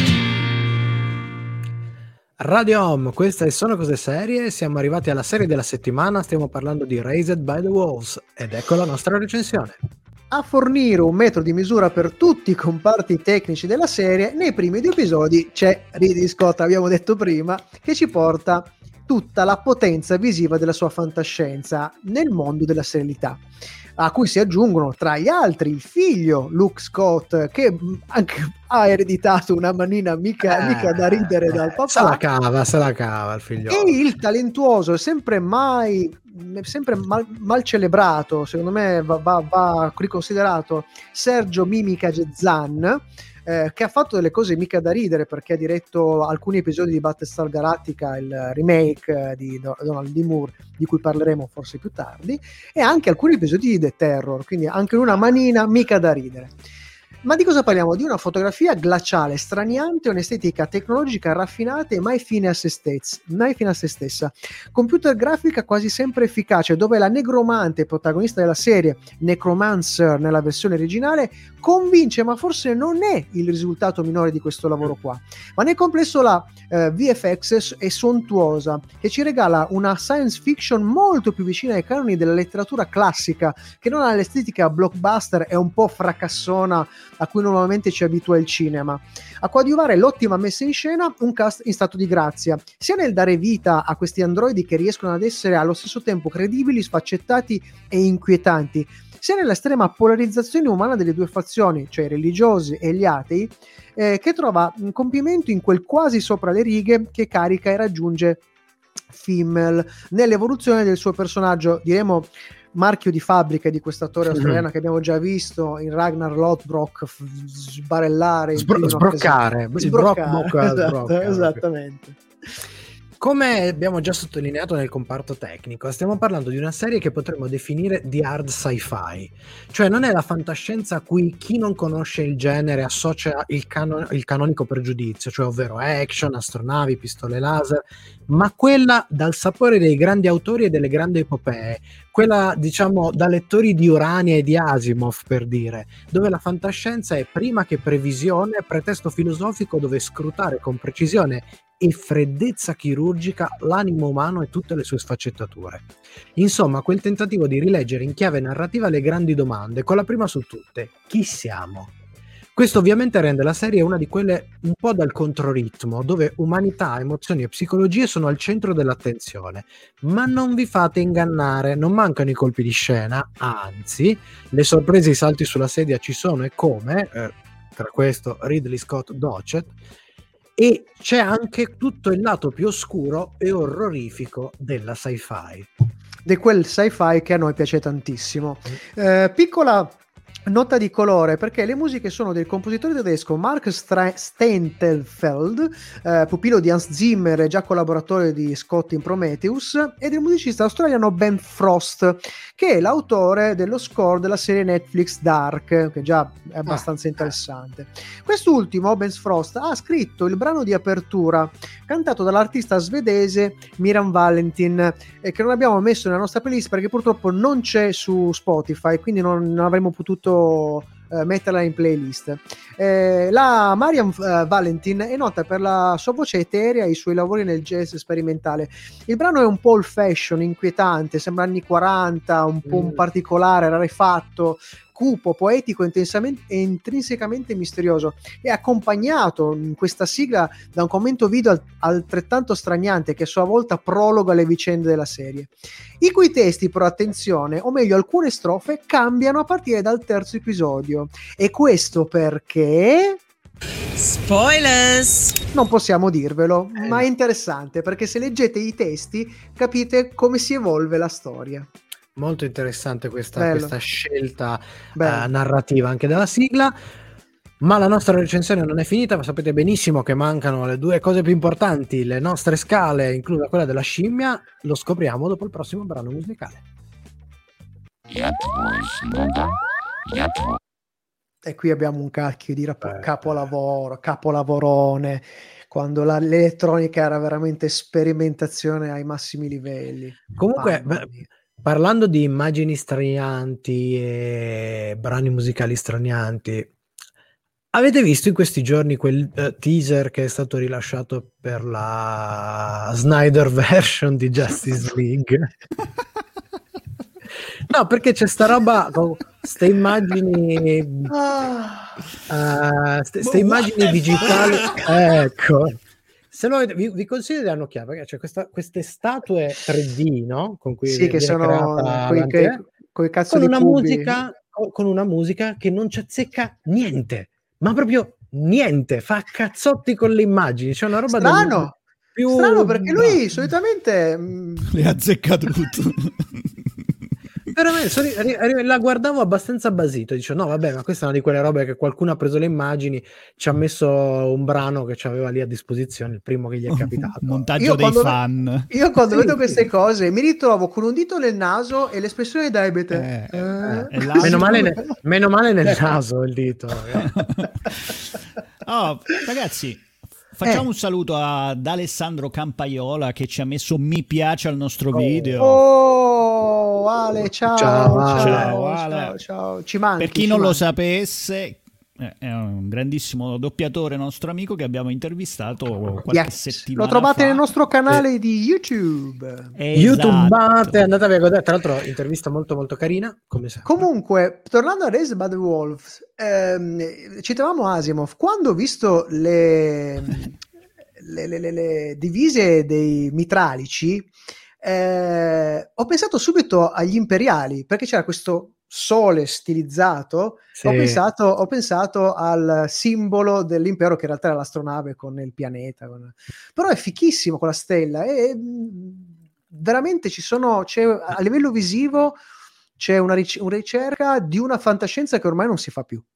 Speaker 2: Radio Home, queste sono cose serie, siamo arrivati alla serie della settimana, stiamo parlando di Raised by the Wolves ed ecco la nostra recensione.
Speaker 3: A fornire un metro di misura per tutti i comparti tecnici della serie, nei primi due episodi c'è Ridley Scott, abbiamo detto prima, che ci porta tutta la potenza visiva della sua fantascienza nel mondo della serialità, a cui si aggiungono tra gli altri il figlio Luke Scott, che anche ha ereditato una manina mica,
Speaker 2: Eh,
Speaker 3: mica da ridere dal papà,
Speaker 2: Se la cava, se la cava il figlio.
Speaker 3: e il talentuoso, sempre mai sempre mal, mal celebrato, secondo me va, va, va riconsiderato, Sergio Mimica Gezzan, eh, che ha fatto delle cose mica da ridere, perché ha diretto alcuni episodi di Battlestar Galactica, il remake di Donald D. Moore, di cui parleremo forse più tardi, e anche alcuni episodi di The Terror, quindi anche una manina mica da ridere. Ma di cosa parliamo? Di una fotografia glaciale, straniante, un'estetica tecnologica raffinata e mai fine a se stessa, mai fine a se stessa. Computer grafica quasi sempre efficace, dove la negromante, protagonista della serie, Necromancer nella versione originale, convince, ma forse non è il risultato minore di questo lavoro qua. Ma nel complesso la eh, V F X è sontuosa, che ci regala una science fiction molto più vicina ai canoni della letteratura classica, che non ha l'estetica blockbuster e un po' fracassona a cui normalmente ci abitua il cinema. A coadiuvare l'ottima messa in scena, un cast in stato di grazia, sia nel dare vita a questi androidi che riescono ad essere allo stesso tempo credibili, sfaccettati e inquietanti, sia nell'estrema polarizzazione umana delle due fazioni, cioè i religiosi e gli atei, eh, che trova un compimento in quel quasi sopra le righe che carica e raggiunge Fimmel nell'evoluzione del suo personaggio, diremo marchio di fabbrica di quest'attore australiano mm-hmm. che abbiamo già visto in Ragnar Lothbrok f- sbarellare in
Speaker 2: Sbro- sbroccare,
Speaker 3: sbroccare,
Speaker 2: sbroccare,
Speaker 3: esatto,
Speaker 2: sbroccare.
Speaker 3: esattamente.
Speaker 2: Come abbiamo già sottolineato nel comparto tecnico, stiamo parlando di una serie che potremmo definire di hard sci-fi, cioè non è la fantascienza a cui chi non conosce il genere associa il, cano- il canonico pregiudizio, cioè ovvero action, astronavi, pistole laser, ma quella dal sapore dei grandi autori e delle grandi epopee, quella diciamo da lettori di Urania e di Asimov, per dire, dove la fantascienza è prima che previsione, pretesto filosofico dove scrutare con precisione e freddezza chirurgica l'animo umano e tutte le sue sfaccettature. Insomma, quel tentativo di rileggere in chiave narrativa le grandi domande, con la prima su tutte: chi siamo? Questo ovviamente rende la serie una di quelle un po' dal controritmo, dove umanità, emozioni e psicologie sono al centro dell'attenzione. Ma non vi fate ingannare, non mancano i colpi di scena, anzi, le sorprese e i salti sulla sedia ci sono, e come, eh, tra questo Ridley Scott Docet, e c'è anche tutto il lato più oscuro e orrorifico della sci-fi.
Speaker 3: Di quel sci-fi che a noi piace tantissimo. Eh, piccola nota di colore, perché le musiche sono del compositore tedesco Mark Stra- Stentelfeld, eh, pupillo di Hans Zimmer e già collaboratore di Scott in Prometheus, e del musicista australiano Ben Frost, che è l'autore dello score della serie Netflix Dark, che già è abbastanza ah, interessante. Quest'ultimo, Ben Frost, ha scritto il brano di apertura cantato dall'artista svedese Miriam Valentin, eh, che non abbiamo messo nella nostra playlist perché purtroppo non c'è su Spotify, quindi non, non avremmo potuto Uh, metterla in playlist. Eh, la Mariam uh, Valentin è nota per la sua voce eterea e i suoi lavori nel jazz sperimentale. Il brano è un po' old fashion, inquietante, sembra anni quaranta, un po' un particolare, rarefatto, cupo, poetico, intensamente e intrinsecamente misterioso. È accompagnato in questa sigla da un commento video alt- altrettanto straniante, che a sua volta prologa le vicende della serie, i cui testi, però attenzione, o meglio alcune strofe, cambiano a partire dal terzo episodio. E questo perché...
Speaker 9: Spoilers!
Speaker 3: Non possiamo dirvelo, eh. ma è interessante, perché se leggete i testi capite come si evolve la storia.
Speaker 2: Molto interessante questa, questa scelta uh, narrativa anche della sigla. Ma la nostra recensione non è finita, ma sapete benissimo che mancano le due cose più importanti, le nostre scale, inclusa quella della scimmia. Lo scopriamo dopo il prossimo brano musicale.
Speaker 3: E qui abbiamo un cacchio di rap- capolavoro, capolavorone, quando la, l'elettronica era veramente sperimentazione ai massimi livelli.
Speaker 2: Comunque, beh, parlando di immagini stranianti e brani musicali stranianti, avete visto in questi giorni quel uh, teaser che è stato rilasciato per la Snyder version di Justice League? No, perché c'è sta roba, ste immagini, uh, ste, ste immagini digitali, ecco. Se lo, vi, vi consiglio di darne perché c'è questa, queste statue tre D, no? Con cui
Speaker 3: sì, che sono coi, che, coi cazzo
Speaker 2: con
Speaker 3: di
Speaker 2: una
Speaker 3: cubi.
Speaker 2: musica, con una musica che non ci azzecca niente, ma proprio niente, fa cazzotti con le immagini. C'è una roba
Speaker 3: strano,
Speaker 2: più...
Speaker 3: strano perché lui no. solitamente
Speaker 1: le azzecca tutto.
Speaker 2: Veramente, la guardavo abbastanza basito, dicevo no vabbè, ma questa è una di quelle robe che qualcuno ha preso le immagini, ci ha messo un brano che c'aveva lì a disposizione, il primo che gli è capitato.
Speaker 1: Montaggio
Speaker 3: io
Speaker 1: dei
Speaker 3: quando,
Speaker 1: fan.
Speaker 3: Io quando
Speaker 2: sì,
Speaker 3: vedo queste
Speaker 2: sì.
Speaker 3: cose mi ritrovo con un dito nel naso e l'espressione d'ebete.
Speaker 2: Eh, eh, eh, meno, male ne, meno male nel naso il dito.
Speaker 1: Oh, ragazzi, facciamo eh. un saluto ad Alessandro Campaiola che ci ha messo mi piace al nostro video.
Speaker 3: Oh, Ale, ciao, ciao, ciao,
Speaker 1: ciao, Ale.
Speaker 3: ciao, ciao. Ci manchi,
Speaker 1: per chi
Speaker 3: ci
Speaker 1: non
Speaker 3: manchi.
Speaker 1: lo sapesse, è un grandissimo doppiatore nostro amico che abbiamo intervistato qualche
Speaker 3: yes.
Speaker 1: settimana
Speaker 3: Lo trovate
Speaker 1: fa.
Speaker 3: nel nostro canale eh. di YouTube.
Speaker 1: Esatto.
Speaker 2: YouTube, andatevi a godere. Tra l'altro, intervista molto molto carina. Come sempre.
Speaker 3: Comunque, tornando a Raised by the Wolves, ehm, citavamo Asimov. Quando ho visto le, le, le, le, le divise dei mitralici, eh, ho pensato subito agli imperiali, perché c'era questo sole stilizzato. Sì. Ho pensato, ho pensato al simbolo dell'impero, che in realtà era l'astronave con il pianeta, con... però è fichissimo con la stella e veramente ci sono, c'è, a livello visivo c'è una, ric- una ricerca di una fantascienza che ormai non si fa più.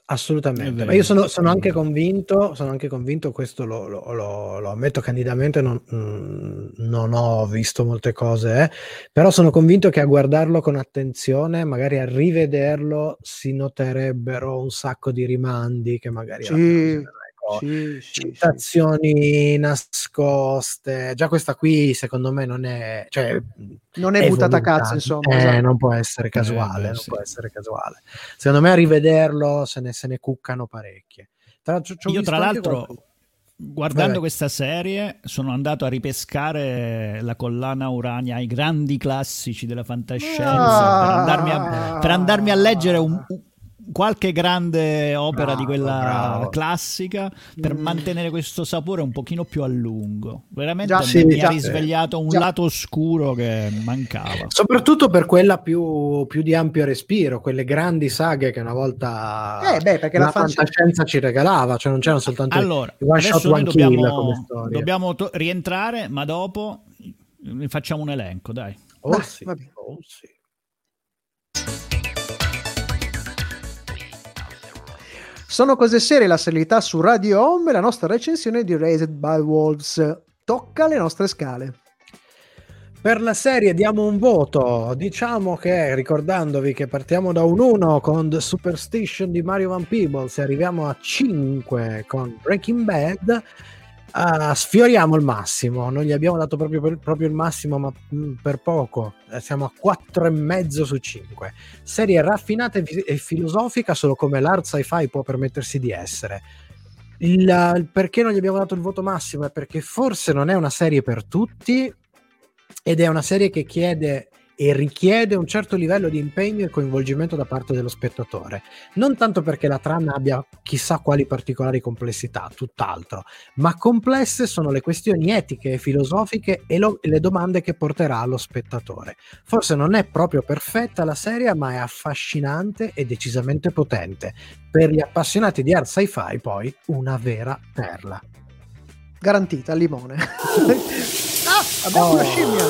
Speaker 2: Assolutamente, ma io sono, sono anche convinto, sono anche convinto, questo lo, lo, lo, lo ammetto candidamente, non, non ho visto molte cose, eh, però sono convinto che a guardarlo con attenzione, magari a rivederlo, si noterebbero un sacco di rimandi che magari
Speaker 3: sì, sì,
Speaker 2: citazioni sì, nascoste. Già questa qui secondo me non è, cioè,
Speaker 3: non è, è buttata a cazzo, insomma,
Speaker 2: eh,
Speaker 3: esatto.
Speaker 2: non può essere casuale,
Speaker 1: eh,
Speaker 2: non
Speaker 1: sì.
Speaker 2: può essere casuale. Secondo me a rivederlo se ne, se ne cuccano parecchie. Tra,
Speaker 1: io tra l'altro
Speaker 2: qualche...
Speaker 1: guardando
Speaker 2: Vabbè.
Speaker 1: questa serie sono andato a ripescare la collana Urania, i grandi classici della fantascienza,
Speaker 3: ah,
Speaker 1: per, andarmi a, per andarmi a leggere un, un qualche grande opera
Speaker 2: bravo,
Speaker 1: di quella
Speaker 2: bravo.
Speaker 1: classica per mm. mantenere questo sapore un pochino più a lungo. Veramente
Speaker 2: già,
Speaker 1: mi,
Speaker 2: sì,
Speaker 1: mi
Speaker 2: già,
Speaker 1: ha risvegliato un
Speaker 2: già.
Speaker 1: lato oscuro che mancava.
Speaker 2: Soprattutto per quella più, più di ampio respiro, quelle grandi saghe che una volta
Speaker 3: eh beh, perché
Speaker 2: la,
Speaker 3: la
Speaker 2: fantascienza ci regalava, cioè non c'erano soltanto
Speaker 1: allora,
Speaker 2: one shot one
Speaker 1: dobbiamo,
Speaker 2: kill come storia.
Speaker 1: Dobbiamo to- rientrare, ma dopo facciamo un elenco, dai.
Speaker 2: Oh,
Speaker 3: Beh,
Speaker 2: sì.
Speaker 3: vabbè.
Speaker 2: Oh, sì.
Speaker 3: Sono cose serie, la serialità su Radio Home e la nostra recensione di Raised by Wolves. Tocca le nostre scale.
Speaker 2: Per la serie diamo un voto, diciamo che ricordandovi che partiamo da un uno con The Superstition di Mario Van Peebles e arriviamo a cinque con Breaking Bad, uh, sfioriamo il massimo, non gli abbiamo dato proprio, per, proprio il massimo ma mh, per poco, siamo a quattro e mezzo su cinque. Serie raffinata e, e filosofica solo come l'hard sci-fi può permettersi di essere. Il, il perché non gli abbiamo dato il voto massimo è perché forse non è una serie per tutti ed è una serie che chiede e richiede un certo livello di impegno e coinvolgimento da parte dello spettatore, non tanto perché la trama abbia chissà quali particolari complessità, tutt'altro, ma complesse sono le questioni etiche e filosofiche e lo, le domande che porterà allo spettatore. Forse non è proprio perfetta la serie, ma è affascinante e decisamente potente. Per gli appassionati di hard sci-fi poi una vera perla.
Speaker 3: Garantita al limone. Ah, abbiamo
Speaker 2: oh.
Speaker 3: una scimmia.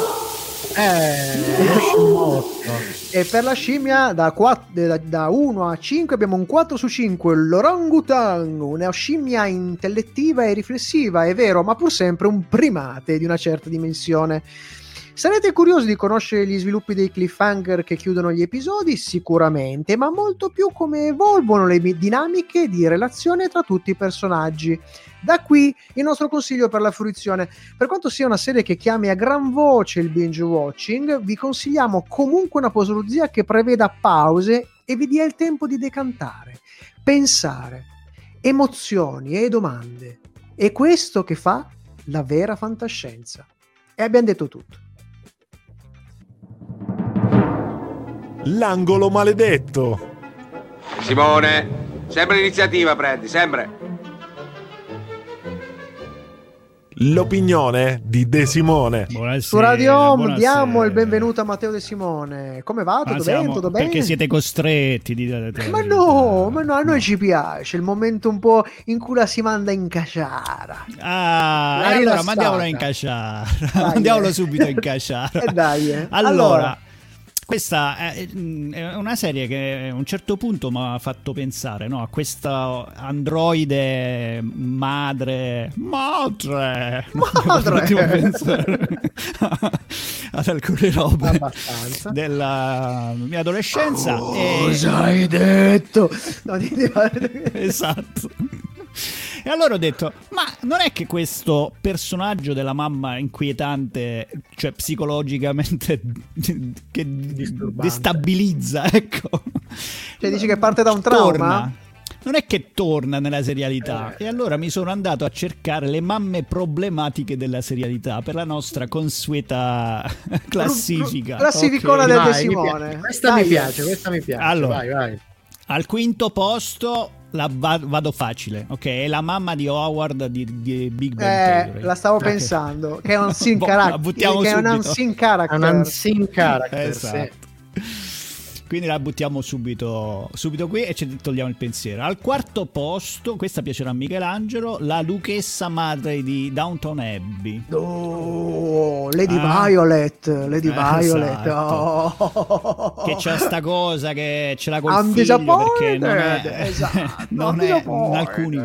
Speaker 2: Eh,
Speaker 3: e per la scimmia da, quattro, da, da uno a cinque abbiamo un quattro su cinque. L'orangutan, una scimmia intellettiva e riflessiva, è vero, ma pur sempre un primate di una certa dimensione. Sarete curiosi di conoscere gli sviluppi dei cliffhanger che chiudono gli episodi? Sicuramente, ma molto più come evolvono le dinamiche di relazione tra tutti i personaggi. Da qui il nostro consiglio per la fruizione. Per quanto sia una serie che chiami a gran voce il binge watching, vi consigliamo comunque una posoluzia che preveda pause e vi dia il tempo di decantare, pensare, emozioni e domande. È questo che fa la vera fantascienza. E abbiamo detto tutto.
Speaker 6: L'angolo maledetto.
Speaker 4: Simone, sempre l'iniziativa prendi, sempre.
Speaker 6: L'opinione di De Simone.
Speaker 3: Buonasera, su Radio Home diamo il benvenuto a Matteo De Simone. Come va? Tutto bene? Tutto bene?
Speaker 1: Perché siete costretti di dare
Speaker 3: ma no, ma no, a noi no. Ci piace il momento un po' in cui la si manda in casciara.
Speaker 1: Ah,
Speaker 3: la
Speaker 1: allora mandiamolo in casciara.
Speaker 3: Dai,
Speaker 1: mandiamolo
Speaker 3: eh.
Speaker 1: subito in casciara.
Speaker 3: E dai, eh.
Speaker 1: allora,
Speaker 3: allora
Speaker 1: questa è una serie che a un certo punto mi ha fatto pensare, no, a questa androide madre madre
Speaker 3: madre
Speaker 1: ad alcune robe
Speaker 2: abbastanza
Speaker 1: della mia adolescenza.
Speaker 3: Cosa
Speaker 1: e...
Speaker 3: hai detto? No,
Speaker 1: esatto. E allora ho detto, ma non è che questo personaggio della mamma inquietante, cioè psicologicamente che destabilizza, ecco.
Speaker 3: Cioè dici che parte da un trauma?
Speaker 1: Torna. Non è che torna nella serialità. Eh. E allora mi sono andato a cercare le mamme problematiche della serialità per la nostra consueta classifica.
Speaker 3: Classificona
Speaker 2: okay.
Speaker 3: del
Speaker 2: Vai,
Speaker 3: De Simone.
Speaker 2: Mi questa Dai. mi piace, questa mi piace.
Speaker 1: Allora,
Speaker 2: vai, vai.
Speaker 1: Al quinto posto la vado facile, ok? È la mamma di Howard di, di Big Bang
Speaker 3: eh,
Speaker 1: Theory.
Speaker 3: la stavo
Speaker 1: okay.
Speaker 3: pensando che è un unseen character,
Speaker 1: Buttiamo
Speaker 3: che è
Speaker 1: subito.
Speaker 3: un unseen character,
Speaker 2: un unseen character
Speaker 1: esatto.
Speaker 2: sì.
Speaker 1: Quindi la buttiamo subito, subito qui e ci togliamo il pensiero. Al quarto posto, questa piacerà a Michelangelo, la duchessa madre di Downton Abbey.
Speaker 3: Oh, Lady ah. Violet, Lady
Speaker 1: Eh,
Speaker 3: Violet.
Speaker 1: esatto.
Speaker 3: Oh.
Speaker 1: Che c'è sta cosa che ce l'ha col
Speaker 3: I'm
Speaker 1: figlio perché non è,
Speaker 3: disappointed. Esatto,
Speaker 1: non
Speaker 3: I'm
Speaker 1: è in alcuni.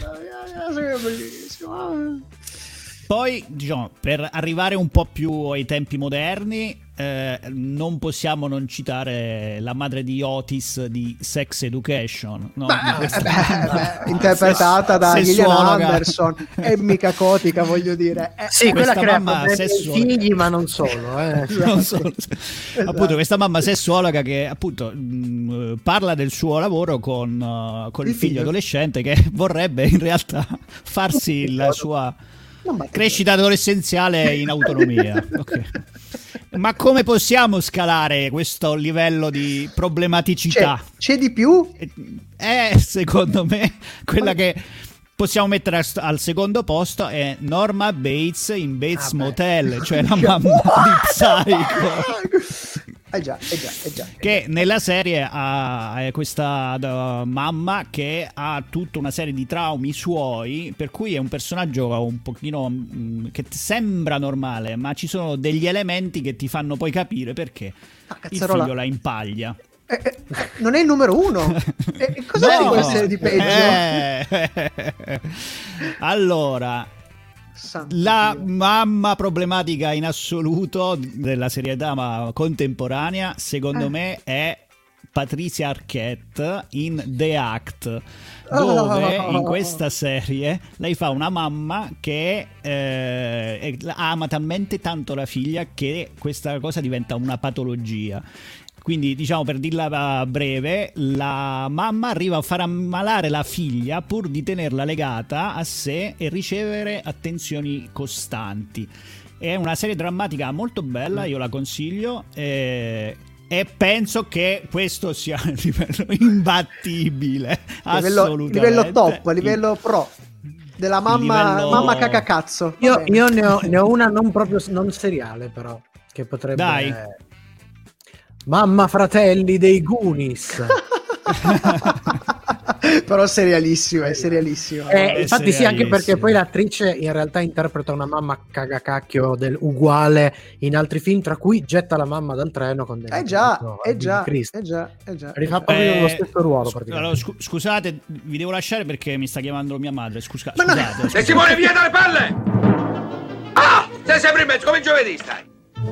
Speaker 3: È bellissimo.
Speaker 1: Poi, diciamo, per arrivare un po' più ai tempi moderni, eh, non possiamo non citare la madre di Otis di Sex Education, no?
Speaker 3: Beh,
Speaker 1: Di questa
Speaker 3: beh,
Speaker 1: mamma
Speaker 3: beh, interpretata da Gillian
Speaker 1: sessuologa.
Speaker 3: Anderson e mica cotica, voglio dire. Eh,
Speaker 2: Sì,
Speaker 1: Questa
Speaker 2: quella crea
Speaker 1: mamma
Speaker 2: problemi ai
Speaker 1: sessuologa.
Speaker 2: figli, ma non solo. Eh.
Speaker 1: Non solo.
Speaker 3: Esatto.
Speaker 1: Appunto, questa mamma sessuologa che appunto mh, parla del suo lavoro con, uh, con il,
Speaker 3: Il
Speaker 1: figlio
Speaker 3: figlio.
Speaker 1: adolescente che vorrebbe in realtà farsi la sua
Speaker 3: Non batte
Speaker 1: crescita adolescenziale in autonomia. Ok. Ma come possiamo scalare questo livello di
Speaker 3: C'è,
Speaker 1: problematicità?
Speaker 3: c'è di più?
Speaker 1: Eh, secondo me, quella che possiamo mettere al, al secondo posto è Norma Bates in Bates
Speaker 3: Ah, beh.
Speaker 1: Motel, cioè la mamma di Psycho.
Speaker 3: Eh già, eh già, eh già.
Speaker 1: Che nella serie ha è questa uh, mamma che ha tutta una serie di traumi suoi, per cui è un personaggio un pochino mh, che ti sembra normale, ma ci sono degli elementi che ti fanno poi capire perché
Speaker 3: Ah,
Speaker 1: il
Speaker 3: cazzarola.
Speaker 1: figlio la impaglia.
Speaker 3: Eh, eh, non è il numero uno. E cosa
Speaker 1: No!
Speaker 3: può essere di peggio?
Speaker 1: Eh. Allora,
Speaker 3: Santo
Speaker 1: la
Speaker 3: Dio.
Speaker 1: mamma problematica in assoluto della serietà ma contemporanea, secondo
Speaker 3: Eh.
Speaker 1: me, è Patricia Arquette in The Act, dove
Speaker 3: Oh.
Speaker 1: in questa serie lei fa una mamma che eh, è- ama talmente tanto la figlia che questa cosa diventa una patologia. Quindi, diciamo, per dirla breve, la mamma arriva a far ammalare la figlia pur di tenerla legata a sé e ricevere attenzioni costanti. È una serie drammatica molto bella, io la consiglio, eh, e penso che questo sia a livello imbattibile,
Speaker 3: Livello,
Speaker 1: assolutamente.
Speaker 3: livello top, livello pro della mamma,
Speaker 1: Livello-
Speaker 3: mamma cacacazzo.
Speaker 2: Io,
Speaker 3: Va bene.
Speaker 2: io ne, ho, ne ho una non proprio non seriale, però, che potrebbe...
Speaker 1: Dai.
Speaker 2: Mamma fratelli dei Goonies.
Speaker 3: Però serialissimo, è serialissimo.
Speaker 2: Eh,
Speaker 1: È
Speaker 2: infatti sì, anche perché
Speaker 1: serialissimo.
Speaker 2: poi l'attrice in realtà interpreta una mamma cagacacchio del uguale in altri film, tra cui Getta la mamma dal treno con
Speaker 3: Eh già,
Speaker 2: Dennis
Speaker 3: eh già,
Speaker 2: Cristo.
Speaker 3: eh già, eh già.
Speaker 2: Rifà proprio
Speaker 1: Eh,
Speaker 2: lo stesso ruolo
Speaker 1: scu-
Speaker 2: praticamente.
Speaker 1: allora, scu- scusate, vi devo lasciare perché mi sta chiamando mia madre. Scusa,
Speaker 3: Ma no-
Speaker 1: scusate.
Speaker 4: Se
Speaker 1: scusate.
Speaker 4: Simone via dalle palle! Ah! Sei sempre in mezzo, come il giovedì stai!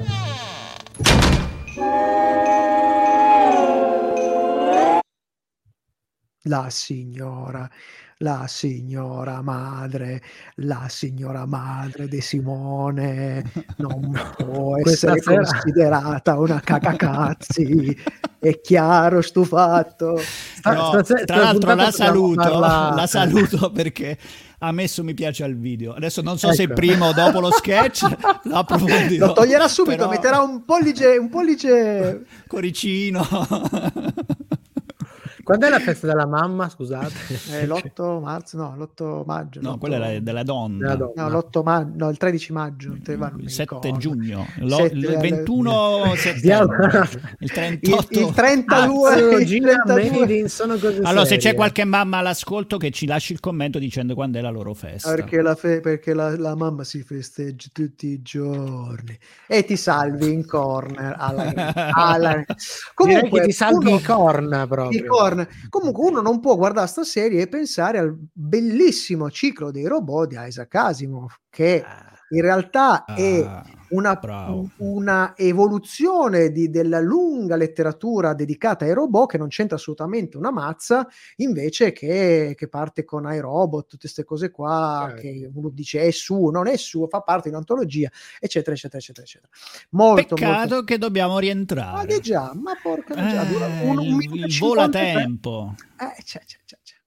Speaker 3: La signora, la signora madre, la signora madre di Simone non può
Speaker 2: Questa
Speaker 3: essere
Speaker 2: sera-
Speaker 3: considerata una cacacazzi. È chiaro sto fatto.
Speaker 2: Sta-
Speaker 1: No,
Speaker 2: stasera-
Speaker 1: tra l'altro
Speaker 2: puntata
Speaker 1: la
Speaker 2: dobbiamo
Speaker 1: saluto,
Speaker 2: farla-
Speaker 1: la saluto perché ha messo mi piace al video. Adesso non so se
Speaker 2: Ecco.
Speaker 1: prima o dopo lo sketch, lo approfondirò.
Speaker 3: Lo toglierà subito,
Speaker 1: però-
Speaker 3: metterà un pollice, un pollice.
Speaker 1: Coricino.
Speaker 2: Quando è la festa della mamma, scusate?
Speaker 3: Eh, l'otto marzo, no, l'otto maggio.
Speaker 1: No,
Speaker 3: l'otto-
Speaker 1: quella è della donna.
Speaker 2: Della donna.
Speaker 3: No, l'otto maggio, no, il tredici maggio. te- va, non mi
Speaker 1: Il sette
Speaker 3: ricordo.
Speaker 1: giugno, Lo-
Speaker 3: Sette-
Speaker 1: il ventuno settembre,
Speaker 2: Diamo-
Speaker 1: il
Speaker 3: Il,
Speaker 1: trentotto.
Speaker 3: il trentadue, il
Speaker 2: Astrologia,
Speaker 3: trentadue.
Speaker 2: made in sono cose
Speaker 1: Allora, se
Speaker 2: serie.
Speaker 1: c'è qualche mamma all'ascolto che ci lasci il commento dicendo quando è la loro festa.
Speaker 3: Perché, la, fe- perché la, la mamma si festeggia tutti i giorni e ti salvi in corner alla, alla...
Speaker 2: Direi che ti salvi
Speaker 3: uno-
Speaker 2: i corn
Speaker 3: i
Speaker 2: proprio.
Speaker 3: corner. Comunque uno non può guardare sta serie e pensare al bellissimo ciclo dei robot di Isaac Asimov, che in realtà è
Speaker 1: Ah,
Speaker 3: una,
Speaker 1: bravo.
Speaker 3: una evoluzione di- della lunga letteratura dedicata ai robot, che non c'entra assolutamente una mazza, invece che, che parte con iRobot, tutte queste cose qua,
Speaker 2: Certo.
Speaker 3: che uno dice è suo, non è suo, fa parte di un'antologia, eccetera, eccetera, eccetera, eccetera. Molto,
Speaker 1: Peccato
Speaker 3: molto...
Speaker 1: che dobbiamo
Speaker 3: Ma
Speaker 1: rientrare.
Speaker 3: che già, ma porca miseria, dura
Speaker 1: Eh,
Speaker 3: un, un
Speaker 1: il-
Speaker 3: minuto e
Speaker 1: il
Speaker 3: cinquantatré.
Speaker 1: volatempo.
Speaker 3: Eh, c'è, c'è, c'è, c'è.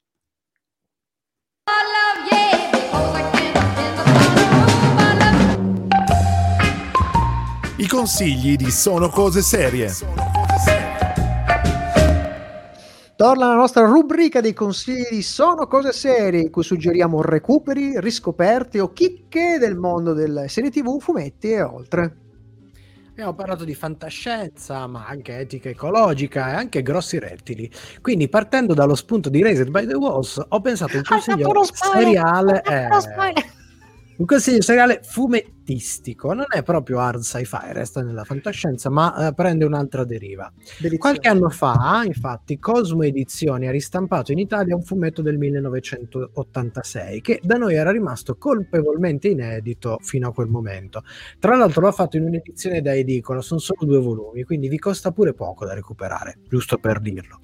Speaker 6: I consigli di Sono Cose Serie.
Speaker 3: Torna la nostra rubrica dei consigli di Sono Cose Serie, in cui suggeriamo recuperi, riscoperti o chicche del mondo delle serie tv, fumetti e oltre.
Speaker 2: Abbiamo parlato di fantascienza, ma anche etica ecologica e anche grossi rettili. Quindi, partendo dallo spunto di Raised by the Walls, ho pensato un consiglio seriale. Eh, un consiglio seriale fumettistico. Non è proprio hard sci-fi, resta nella fantascienza, ma eh, prende un'altra deriva.
Speaker 3: Bellissimo.
Speaker 2: Qualche anno fa, infatti, Cosmo Edizioni ha ristampato in Italia un fumetto del millenovecentottantasei che da noi era rimasto colpevolmente inedito fino a quel momento. Tra l'altro l'ha fatto in un'edizione da edicola, sono solo due volumi, quindi vi costa pure poco da recuperare, giusto per dirlo.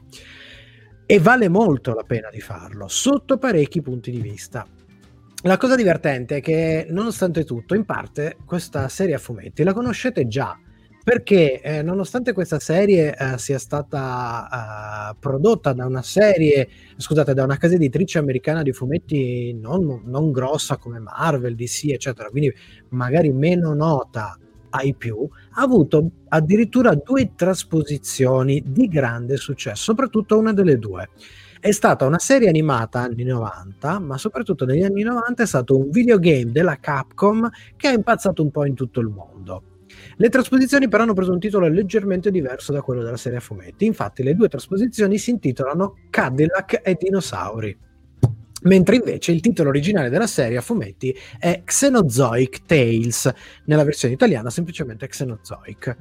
Speaker 2: E vale molto la pena di farlo, sotto parecchi punti di vista. La cosa divertente è che, nonostante tutto, in parte questa serie a fumetti la conoscete già, perché eh, nonostante questa serie eh, sia stata eh, prodotta da una serie, scusate, da una casa editrice americana di fumetti non, non grossa come Marvel, D C, eccetera, quindi magari meno nota ai più, ha avuto addirittura due trasposizioni di grande successo, soprattutto una delle due. È stata una serie animata anni novanta, ma soprattutto negli anni novanta è stato un videogame della Capcom che ha impazzato un po' in tutto il mondo. Le trasposizioni però hanno preso un titolo leggermente diverso da quello della serie a fumetti, infatti le due trasposizioni si intitolano Cadillac e Dinosauri, mentre invece il titolo originale della serie a fumetti è Xenozoic Tales, nella versione italiana semplicemente Xenozoic.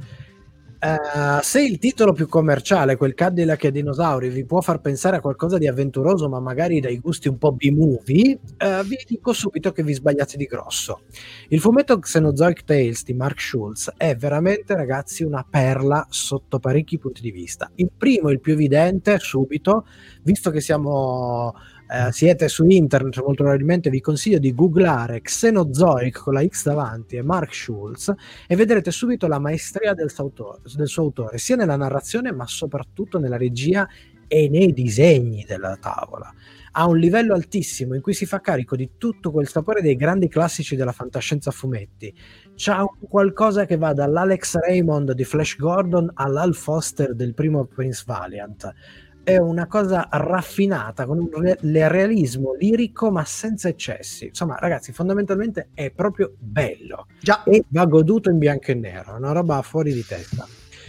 Speaker 2: Uh, se il titolo più commerciale, quel Cadillac e Dinosauri, vi può far pensare a qualcosa di avventuroso ma magari dai gusti un po' B-movie, uh, vi dico subito che vi sbagliate di grosso. Il fumetto Xenozoic Tales di Mark Schultz è veramente, ragazzi, una perla sotto parecchi punti di vista. Il primo, il più evidente, subito, visto che siamo Uh, siete su internet, molto probabilmente vi consiglio di googlare Xenozoic con la X davanti e Mark Schultz e vedrete subito la maestria del suo autore, del suo autore sia nella narrazione ma soprattutto nella regia e nei disegni della tavola. Ha un livello altissimo in cui si fa carico di tutto quel sapore dei grandi classici della fantascienza a fumetti. C'ha un qualcosa che va dall'Alex Raymond di Flash Gordon all'Al Foster del primo Prince Valiant. È una cosa raffinata, con un re- realismo lirico ma senza eccessi. Insomma, ragazzi, fondamentalmente è proprio bello.
Speaker 3: Già.
Speaker 2: E va goduto in bianco e nero, è una roba fuori di testa.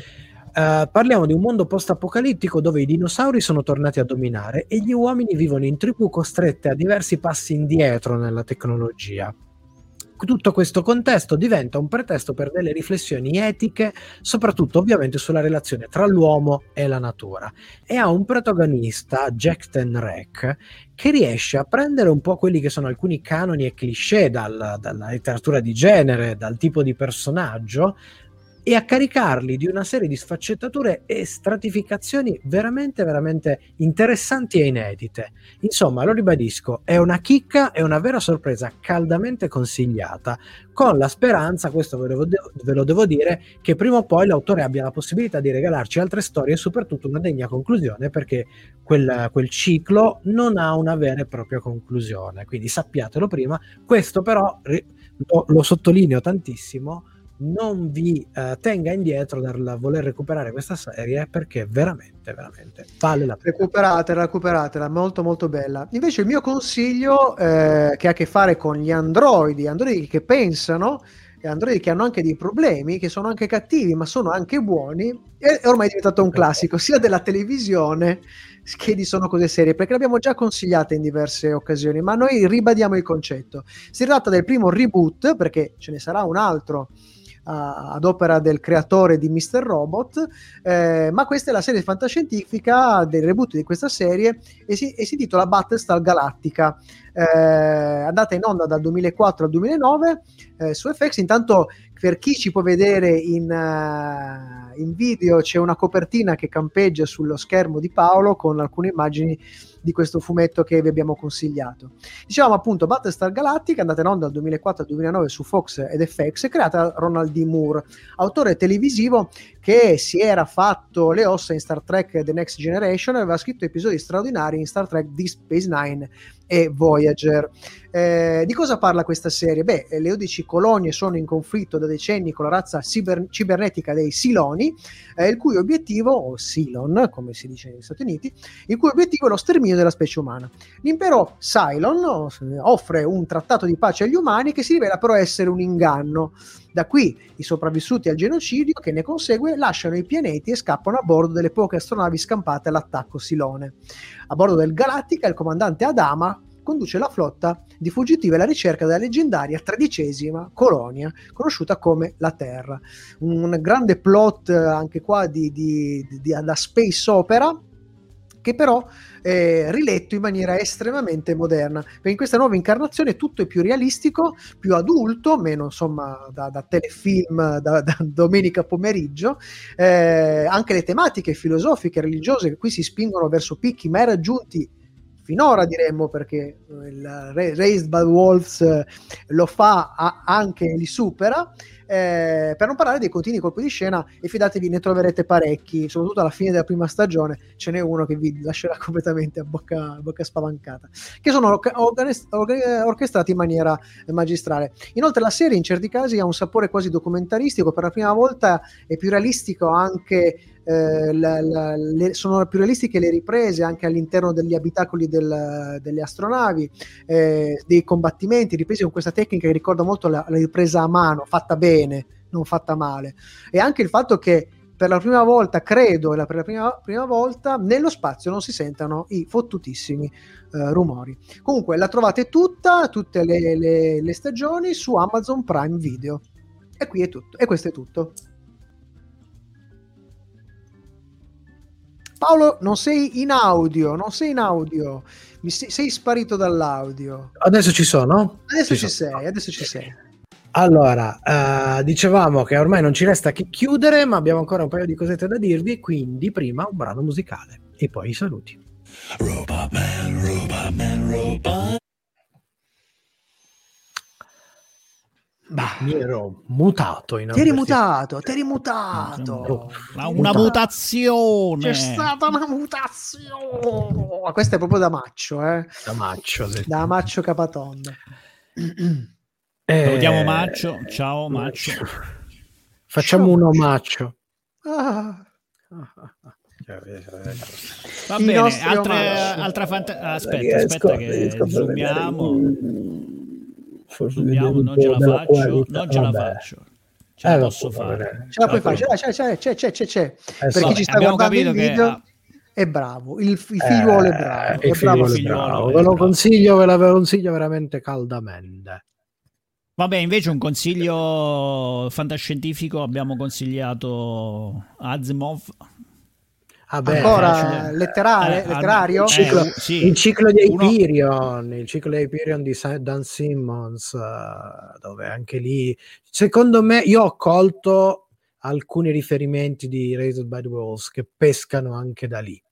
Speaker 2: Uh, parliamo di un mondo post-apocalittico dove i dinosauri sono tornati a dominare e gli uomini vivono in tribù costrette a diversi passi indietro nella tecnologia. Tutto questo contesto diventa un pretesto per delle riflessioni etiche, soprattutto ovviamente sulla relazione tra l'uomo e la natura, e ha un protagonista, Jack Tenrek, che riesce a prendere un po' quelli che sono alcuni canoni e cliché dal, dalla letteratura di genere, dal tipo di personaggio, e a caricarli di una serie di sfaccettature e stratificazioni veramente veramente interessanti e inedite. Insomma, lo ribadisco, è una chicca, è una vera sorpresa, caldamente consigliata, con la speranza, questo ve lo, de- ve lo devo dire, che prima o poi l'autore abbia la possibilità di regalarci altre storie e soprattutto una degna conclusione, perché quel, quel ciclo non ha una vera e propria conclusione, quindi sappiatelo prima. Questo però, lo, lo sottolineo tantissimo, non vi uh, tenga indietro dal voler recuperare questa serie, perché veramente veramente vale la pena.
Speaker 3: Recuperatela, recuperatela, molto molto bella. Invece il mio consiglio eh, che ha a che fare con gli androidi, androidi che pensano, e androidi che hanno anche dei problemi, che sono anche cattivi ma sono anche buoni, è ormai diventato un classico sia della televisione che di Sono Cose Serie, perché l'abbiamo già consigliata in diverse occasioni, ma noi ribadiamo il concetto. Si tratta del primo reboot, perché ce ne sarà un altro ad opera del creatore di mister Robot, eh, ma questa è la serie fantascientifica del reboot di questa serie e si, e si intitola Battlestar Galactica, eh, andata in onda dal duemilaquattro al duemilanove eh, su F X. Intanto, per chi ci può vedere in, uh, in video, c'è una copertina che campeggia sullo schermo di Paolo con alcune immagini di questo fumetto che vi abbiamo consigliato. Diciamo appunto Battlestar Galactica, andata in onda dal duemilaquattro al duemilanove su Fox ed F X, creata da Ronald D. Moore, autore televisivo che si era fatto le ossa in Star Trek The Next Generation e aveva scritto episodi straordinari in Star Trek Deep Space Nine e Voyager. Eh, di cosa parla questa serie? Beh, le dodici colonie sono in conflitto da decenni con la razza ciber- cibernetica dei Siloni, eh, il cui obiettivo, o Cylon come si dice negli Stati Uniti, il cui obiettivo è lo sterminio della specie umana. L'impero Cylon offre un trattato di pace agli umani che si rivela però essere un inganno. Da qui i sopravvissuti al genocidio che ne consegue lasciano i pianeti e scappano a bordo delle poche astronavi scampate all'attacco Silone. A bordo del Galattica il comandante Adama conduce la flotta di fuggitivi alla ricerca della leggendaria tredicesima colonia conosciuta come la Terra. Un grande plot anche qua di, di, di, di da space opera, che però è riletto in maniera estremamente moderna, perché in questa nuova incarnazione tutto è più realistico, più adulto, meno insomma da, da telefilm da, da domenica pomeriggio. Eh, anche le tematiche filosofiche, religiose, che qui si spingono verso picchi mai raggiunti finora, diremmo, perché il Raised by Wolves eh, lo fa, a, anche li supera, eh, per non parlare dei continui colpi di scena, e fidatevi, ne troverete parecchi, soprattutto alla fine della prima stagione ce n'è uno che vi lascerà completamente a bocca, a bocca spalancata, che sono orga- orga- orchestrati in maniera magistrale. Inoltre la serie in certi casi ha un sapore quasi documentaristico, per la prima volta è più realistico anche Eh, la, la, le, sono più realistiche le riprese anche all'interno degli abitacoli del, delle astronavi, eh, dei combattimenti ripresi con questa tecnica che ricorda molto la, la ripresa a mano, fatta bene, non fatta male, e anche il fatto che per la prima volta, credo la, per la prima, prima volta nello spazio non si sentano i fottutissimi eh, rumori. Comunque la trovate tutta, tutte le, le, le stagioni su Amazon Prime Video, e qui è tutto, e questo è tutto. Paolo, non sei in audio, non sei in audio, mi sei, sei sparito dall'audio.
Speaker 2: Adesso ci sono?
Speaker 3: Adesso
Speaker 2: ci
Speaker 3: ci,
Speaker 2: sono.
Speaker 3: sei, adesso ci sei.
Speaker 2: Allora, uh, dicevamo che ormai non ci resta che chiudere, ma abbiamo ancora un paio di cosette da dirvi, quindi prima un brano musicale e poi i saluti. Robot Man, Robot Man, Robot. Bah, mi ero mutato in
Speaker 3: ti eri mutato, ti eri mutato.
Speaker 1: Ma una mutazione.
Speaker 3: C'è stata una mutazione. Questa è proprio da maccio, eh.
Speaker 2: Da maccio, sì.
Speaker 3: Da maccio capatonda.
Speaker 1: Eh... Salutiamo Maccio. Ciao Maccio.
Speaker 2: Facciamo Ciao. un omaccio.
Speaker 3: Ah.
Speaker 1: Va I bene, altre, altra fanta- aspetta, riesco, aspetta che zoomiamo. Zoomiamo, non ce la faccio, non ce la faccio. Ce la eh, posso fare.
Speaker 3: Ce la puoi fare, c'è, c'è, c'è, c'è, c'è, c'è. Eh, per chi ci sta guardando il video, che... è bravo, il, il figliuolo eh, è bravo, è bravo,
Speaker 2: figliuolo, bravo. Ve lo consiglio, ve la consiglio veramente caldamente.
Speaker 1: Vabbè, invece un consiglio fantascientifico, abbiamo consigliato Asimov.
Speaker 3: Ah beh, ancora eh, letterale, eh, letterario?
Speaker 2: Il ciclo,
Speaker 1: eh, sì.
Speaker 2: il ciclo di Hyperion, Uno... il ciclo di Hyperion di Dan Simmons, uh, dove anche lì, secondo me, io ho colto alcuni riferimenti di Raised by the Wolves che pescano anche da lì,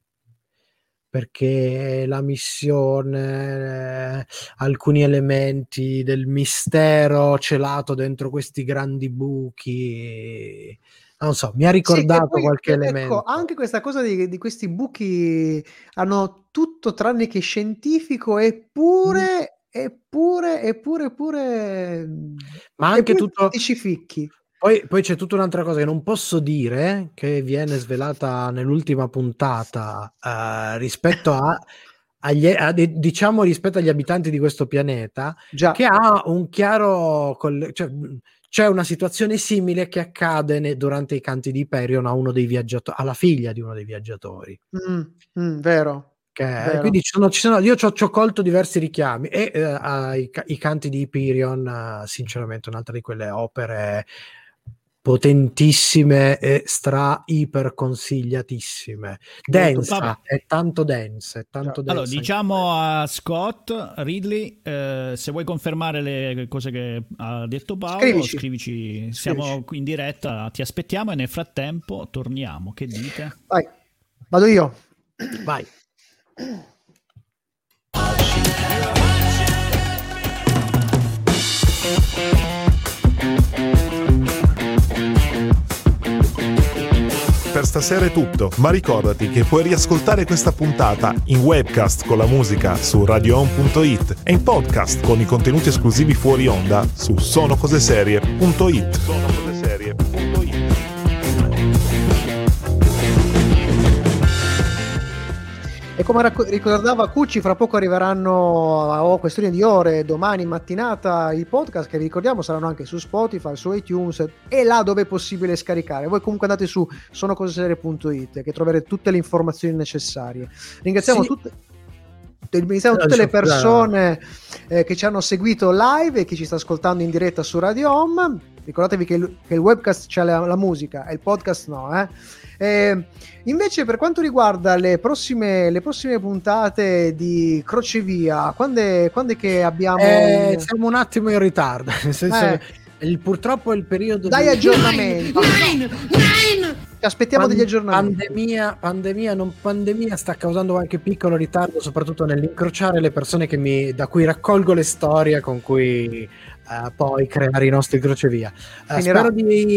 Speaker 2: perché la missione, eh, alcuni elementi del mistero celato dentro questi grandi buchi, non so, mi ha ricordato sì, poi, qualche ecco, elemento.
Speaker 3: Anche questa cosa di, di questi buchi hanno tutto tranne che scientifico, eppure, mm. eppure, eppure, eppure,
Speaker 2: ma anche
Speaker 3: eppure
Speaker 2: tutto
Speaker 3: ficchi.
Speaker 2: Poi, poi c'è tutta un'altra cosa che non posso dire, che viene svelata nell'ultima puntata, uh, rispetto a, agli, a, diciamo rispetto agli abitanti di questo pianeta, Già. che ha un chiaro, coll- cioè, c'è una situazione simile che accade ne, durante i canti di Hyperion a uno dei viaggiatori, alla figlia di uno dei viaggiatori.
Speaker 3: Mm, mm, vero.
Speaker 2: Che, vero. Quindi ci sono, ci sono, io ci ho, ci ho colto diversi richiami e eh, ai, i canti di Hyperion, uh, sinceramente, un'altra di quelle opere potentissime e stra iper consigliatissime, densa, è tanto densa, è tanto densa.
Speaker 1: Allora diciamo a Scott Ridley, eh, se vuoi confermare le cose che ha detto Paolo, scrivici, scrivici. Siamo scrivici. Qui in diretta, ti aspettiamo e nel frattempo torniamo, che dite?
Speaker 3: Vai, vado io,
Speaker 2: vai.
Speaker 6: Per stasera è tutto, ma ricordati che puoi riascoltare questa puntata in webcast con la musica su radioon punto it e in podcast con i contenuti esclusivi fuori onda su sonocoseserie punto it. sonocoseserie punto it.
Speaker 3: E come racco- ricordava Cucci, fra poco arriveranno, o oh, questione di ore, domani mattinata, i podcast che vi ricordiamo saranno anche su Spotify, su iTunes e là dove è possibile scaricare. Voi comunque andate su sonocoseserie punto it che troverete tutte le informazioni necessarie. Ringraziamo sì. tutte Ringraziamo tutte le persone eh, che ci hanno seguito live e chi ci sta ascoltando in diretta su Radio Home. Ricordatevi che il, che il webcast c'è la, la musica e il podcast no, eh. Eh, invece per quanto riguarda le prossime, le prossime puntate di Crocevia, quando è, quando è che abbiamo
Speaker 2: eh, siamo un attimo in ritardo, nel senso eh. che il, purtroppo è il periodo
Speaker 3: dai
Speaker 2: di...
Speaker 3: aggiornamenti nine, nine, nine. Aspettiamo Pan- degli aggiornamenti.
Speaker 2: Pandemia, pandemia, non pandemia sta causando anche piccolo ritardo, soprattutto nell'incrociare le persone che mi, da cui raccolgo le storie con cui uh, poi creare i nostri crocevia. Uh, spero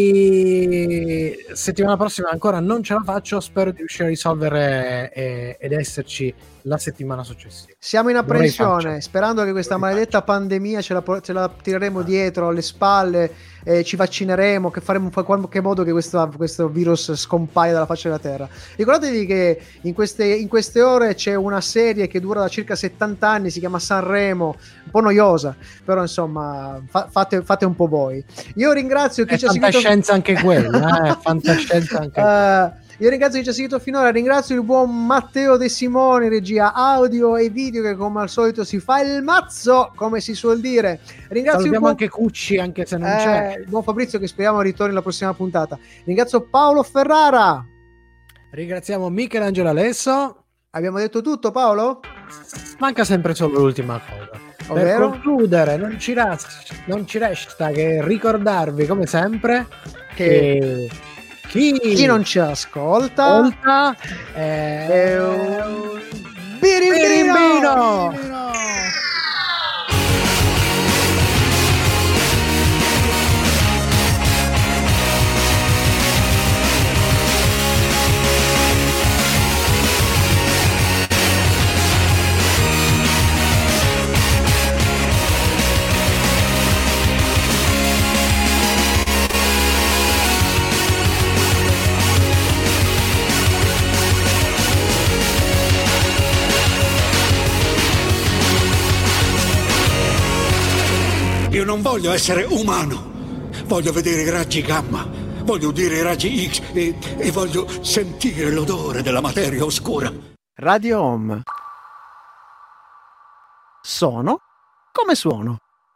Speaker 2: di settimana prossima ancora non ce la faccio, spero di riuscire a risolvere e, ed esserci la settimana successiva.
Speaker 3: Siamo in apprensione, sperando che questa maledetta pandemia ce la, ce la tireremo dietro alle spalle, eh, ci vaccineremo, che faremo in qualche modo che questo, questo virus scompaia dalla faccia della terra. Ricordatevi che in queste, in queste ore c'è una serie che dura da circa settanta anni, si chiama Sanremo, un po' noiosa, però insomma fa, fate, fate un po' voi. Io ringrazio chi
Speaker 2: è
Speaker 3: ci ha seguito.
Speaker 2: Fantascienza anche quella, eh, fantascienza anche
Speaker 3: uh, Io ringrazio chi ci ha seguito finora, ringrazio il buon Matteo De Simoni, regia audio e video, che come al solito si fa il mazzo, come si suol dire. Ringrazio
Speaker 2: Salutiamo
Speaker 3: buon...
Speaker 2: anche Cucci, anche se non
Speaker 3: eh,
Speaker 2: c'è.
Speaker 3: Il buon Fabrizio, che speriamo ritorni la prossima puntata. Ringrazio Paolo Ferrara.
Speaker 2: Ringraziamo Michelangelo Alesso.
Speaker 3: Abbiamo detto tutto, Paolo?
Speaker 2: Manca sempre solo l'ultima cosa.
Speaker 3: Ovvero?
Speaker 2: Per concludere, non ci, resta, non ci resta che ricordarvi, come sempre, che... Chi,
Speaker 3: Chi non ci ascolta,
Speaker 2: ascolta è,
Speaker 3: è un birimbino. birimbino.
Speaker 8: Io non voglio essere umano, voglio vedere i raggi gamma, voglio udire i raggi X e, e voglio sentire l'odore della materia oscura.
Speaker 3: Radio Home. Sono come suono.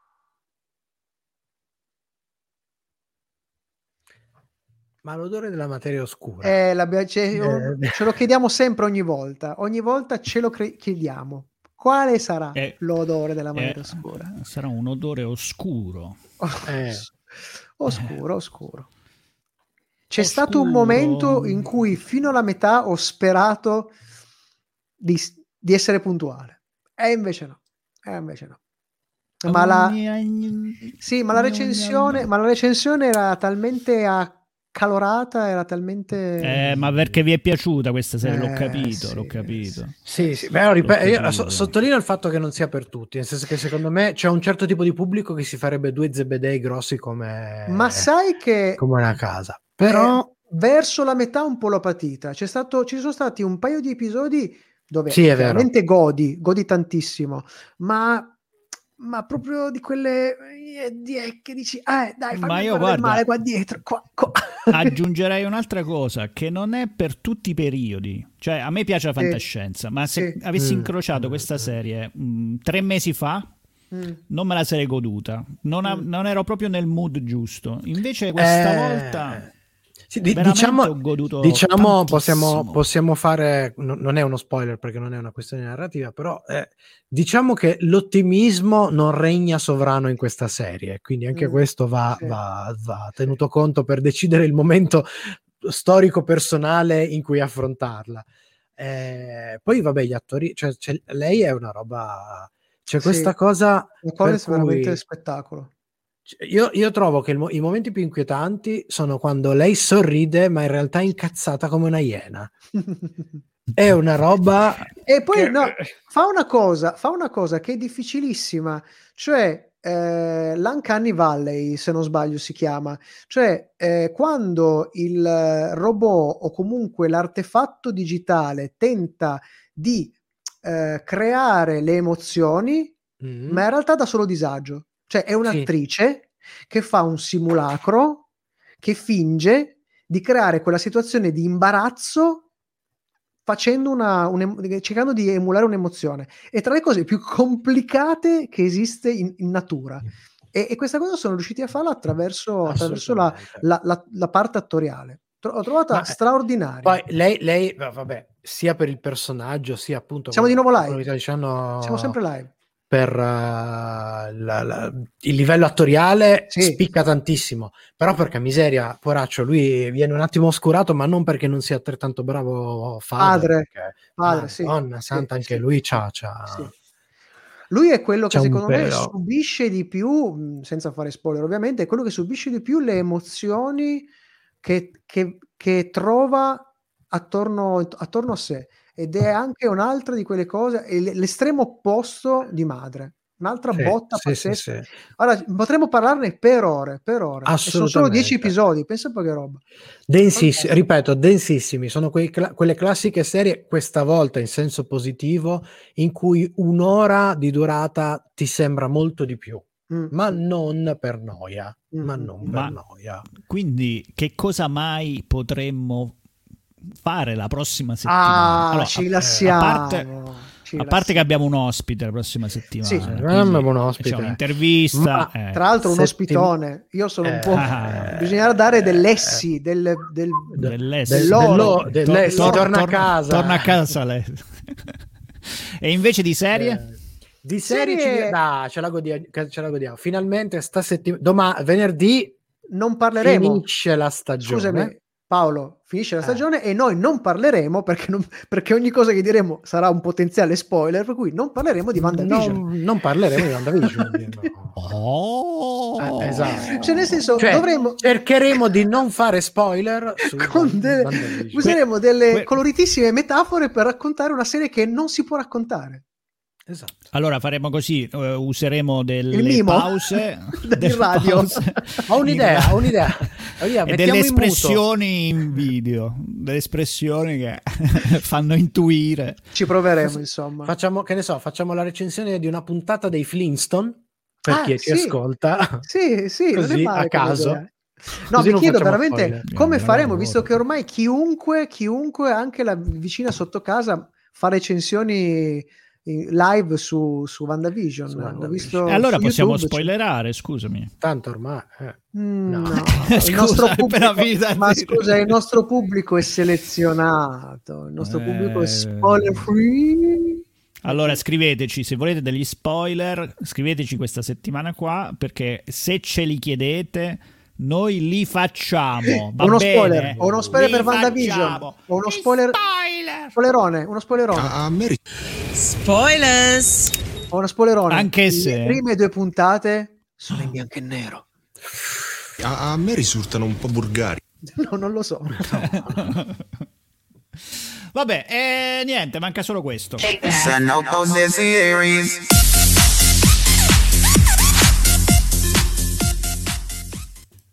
Speaker 2: Ma l'odore della materia oscura.
Speaker 3: Eh, ce, eh. ce lo chiediamo sempre ogni volta, ogni volta ce lo cre- chiediamo. Quale sarà eh, l'odore della materia eh, oscura?
Speaker 1: Sarà un odore oscuro.
Speaker 3: Eh. Oscuro, oscuro. C'è oscuro. stato un momento in cui fino alla metà ho sperato di, di essere puntuale. E invece no. E invece no. Ma la, sì, ma la recensione, ma la recensione era talmente a calorata, era talmente
Speaker 1: eh, ma perché vi è piaciuta questa serie?
Speaker 3: Eh,
Speaker 1: l'ho capito,
Speaker 3: sì,
Speaker 1: l'ho capito.
Speaker 2: Sì, sì, beh, ripeto, io so, sottolineo il fatto che non sia per tutti, nel senso che secondo me c'è un certo tipo di pubblico che si farebbe due zebedei grossi come
Speaker 3: ma sai che
Speaker 2: come una casa. Però
Speaker 3: eh, verso la metà un po' l'ho patita. C'è stato ci sono stati un paio di episodi dove
Speaker 2: sì,
Speaker 3: veramente godi, godi tantissimo, ma ma proprio di quelle eh, che dici eh dai, fammi
Speaker 1: ma io guarda,
Speaker 3: male qua dietro qua, qua.
Speaker 1: Aggiungerei un'altra cosa, che non è per tutti i periodi, cioè a me piace la fantascienza, sì, ma se sì. avessi mm. incrociato questa serie mh, tre mesi fa mm. non me la sarei goduta, non, ha, mm. non ero proprio nel mood giusto, invece questa eh... volta
Speaker 2: sì, di, diciamo, diciamo possiamo, possiamo fare, no, non è uno spoiler perché non è una questione narrativa, però eh, diciamo che l'ottimismo non regna sovrano in questa serie, quindi anche mm, questo va, sì. va, va tenuto conto per decidere il momento storico personale in cui affrontarla. Eh, poi vabbè, gli attori, cioè, cioè, lei è una roba, c'è questa sì. cosa
Speaker 3: è veramente spettacolo.
Speaker 2: Io, io trovo che il, i momenti più inquietanti sono quando lei sorride ma in realtà è incazzata come una iena. È una roba
Speaker 3: e poi
Speaker 2: che...
Speaker 3: no, fa una cosa fa una cosa che è difficilissima, cioè eh, l'Uncanny Valley, se non sbaglio si chiama, cioè eh, quando il robot o comunque l'artefatto digitale tenta di eh, creare le emozioni, mm. ma in realtà dà solo disagio, cioè è un'attrice sì. che fa un simulacro che finge di creare quella situazione di imbarazzo facendo una, un, cercando di emulare un'emozione. È tra le cose più complicate che esiste in, in natura. E, e questa cosa sono riusciti a farla attraverso, attraverso la, la, la, la parte attoriale. L'ho trovata Ma, straordinaria.
Speaker 9: Poi lei, lei, vabbè, sia per il personaggio, sia appunto...
Speaker 3: Siamo
Speaker 9: come,
Speaker 3: di nuovo live.
Speaker 9: Dicendo,
Speaker 3: Siamo sempre live.
Speaker 9: Per uh, la, la, il livello attoriale sì. spicca tantissimo, però perché miseria, poraccio, lui viene un attimo oscurato, ma non perché non sia altrettanto bravo padre,
Speaker 3: padre, padre sì,
Speaker 9: donna santa,
Speaker 3: sì,
Speaker 9: anche
Speaker 3: sì.
Speaker 9: lui c'ha, c'ha...
Speaker 3: Sì. Lui è quello che
Speaker 9: c'ha
Speaker 3: secondo me
Speaker 9: pelo.
Speaker 3: subisce di più, senza fare spoiler ovviamente, è quello che subisce di più le emozioni che, che, che trova attorno, attorno a sé. Ed è anche un'altra di quelle cose, è l'estremo opposto di Madre, un'altra sì, botta
Speaker 9: sì,
Speaker 3: pazzesca.
Speaker 9: Sì, sì.
Speaker 3: Allora, potremmo parlarne per ore, per ore. E sono solo dieci episodi, pensa un po' che roba.
Speaker 9: Densissimi, ripeto, densissimi, sono quei, quelle classiche serie, questa volta in senso positivo, in cui un'ora di durata ti sembra molto di più. Mm. Ma non per noia, mm. ma non per ma noia.
Speaker 1: Quindi che cosa mai potremmo fare la prossima settimana?
Speaker 3: Ah,
Speaker 1: allora,
Speaker 3: ci lasciamo.
Speaker 1: A parte, ci a parte che abbiamo un ospite la prossima settimana,
Speaker 3: sì,
Speaker 9: abbiamo un ospite,
Speaker 1: diciamo, un'intervista.
Speaker 3: Eh. Tra l'altro, un Settim- ospitone. Io sono eh, un po'. Eh, bisognerà dare dell'essi, del, del,
Speaker 1: dell'essi,
Speaker 3: dell'oro.
Speaker 9: Dell'oro, dell'essi.
Speaker 1: Tor-
Speaker 9: torna
Speaker 1: tor-
Speaker 9: a casa.
Speaker 1: Torna a casa lei. E invece di serie?
Speaker 9: Eh. Di serie, serie... Ci... Ah, ce la godiamo, ce la godiamo. Finalmente sta settimana, domani, venerdì
Speaker 3: non parleremo.
Speaker 9: Finisce la stagione.
Speaker 3: Scusami, Paolo, finisce la stagione eh. e noi non parleremo perché, non, perché ogni cosa che diremo sarà un potenziale spoiler, per cui non parleremo di WandaVision.
Speaker 9: Non, non parleremo di WandaVision.
Speaker 1: no. Oh,
Speaker 9: eh, esatto.
Speaker 3: Cioè, nel senso,
Speaker 9: cioè,
Speaker 3: dovremmo...
Speaker 9: cercheremo di non fare spoiler su
Speaker 3: Con delle... useremo delle que... coloritissime metafore per raccontare una serie che non si può raccontare.
Speaker 9: Esatto.
Speaker 1: Allora faremo così, uh, useremo delle pause
Speaker 3: del radio.
Speaker 1: Pause.
Speaker 9: Ho un'idea, ho un'idea.
Speaker 1: E delle espressioni in, in video, delle espressioni che fanno intuire.
Speaker 3: Ci proveremo, insomma.
Speaker 9: Facciamo, che ne so, facciamo la recensione di una puntata dei Flintstone per ah, chi
Speaker 3: sì.
Speaker 9: ci ascolta.
Speaker 3: Sì, sì,
Speaker 9: così
Speaker 3: non è male
Speaker 9: a caso.
Speaker 3: No, mi chiedo veramente spoiler. come faremo, visto che ormai chiunque, chiunque, anche la vicina sotto casa, fa recensioni live su, su WandaVision. Su WandaVision. Ho visto
Speaker 1: e allora possiamo
Speaker 3: YouTube,
Speaker 1: spoilerare, scusami.
Speaker 9: Tanto ormai eh.
Speaker 3: mm,
Speaker 9: no.
Speaker 3: no.
Speaker 1: Scusa,
Speaker 3: il nostro pubblico, ma
Speaker 1: dire.
Speaker 3: scusa, il nostro pubblico è selezionato, il nostro eh... pubblico è spoiler free.
Speaker 1: Allora scriveteci se volete degli spoiler, scriveteci questa settimana qua, perché se ce li chiedete noi li facciamo. Va
Speaker 3: uno
Speaker 1: bene?
Speaker 3: spoiler, o uno spoiler
Speaker 1: li
Speaker 3: per WandaVision, o uno spoiler, spoiler. spoilerone, uno spoilerone.
Speaker 10: A me ri-
Speaker 11: Spoilers.
Speaker 3: O uno spoilerone.
Speaker 1: Anche se
Speaker 3: le prime due puntate sono in bianco e nero.
Speaker 10: A, a me risultano un po' volgari.
Speaker 3: No, non lo so.
Speaker 1: Vabbè, e niente, manca solo questo.
Speaker 11: Take that.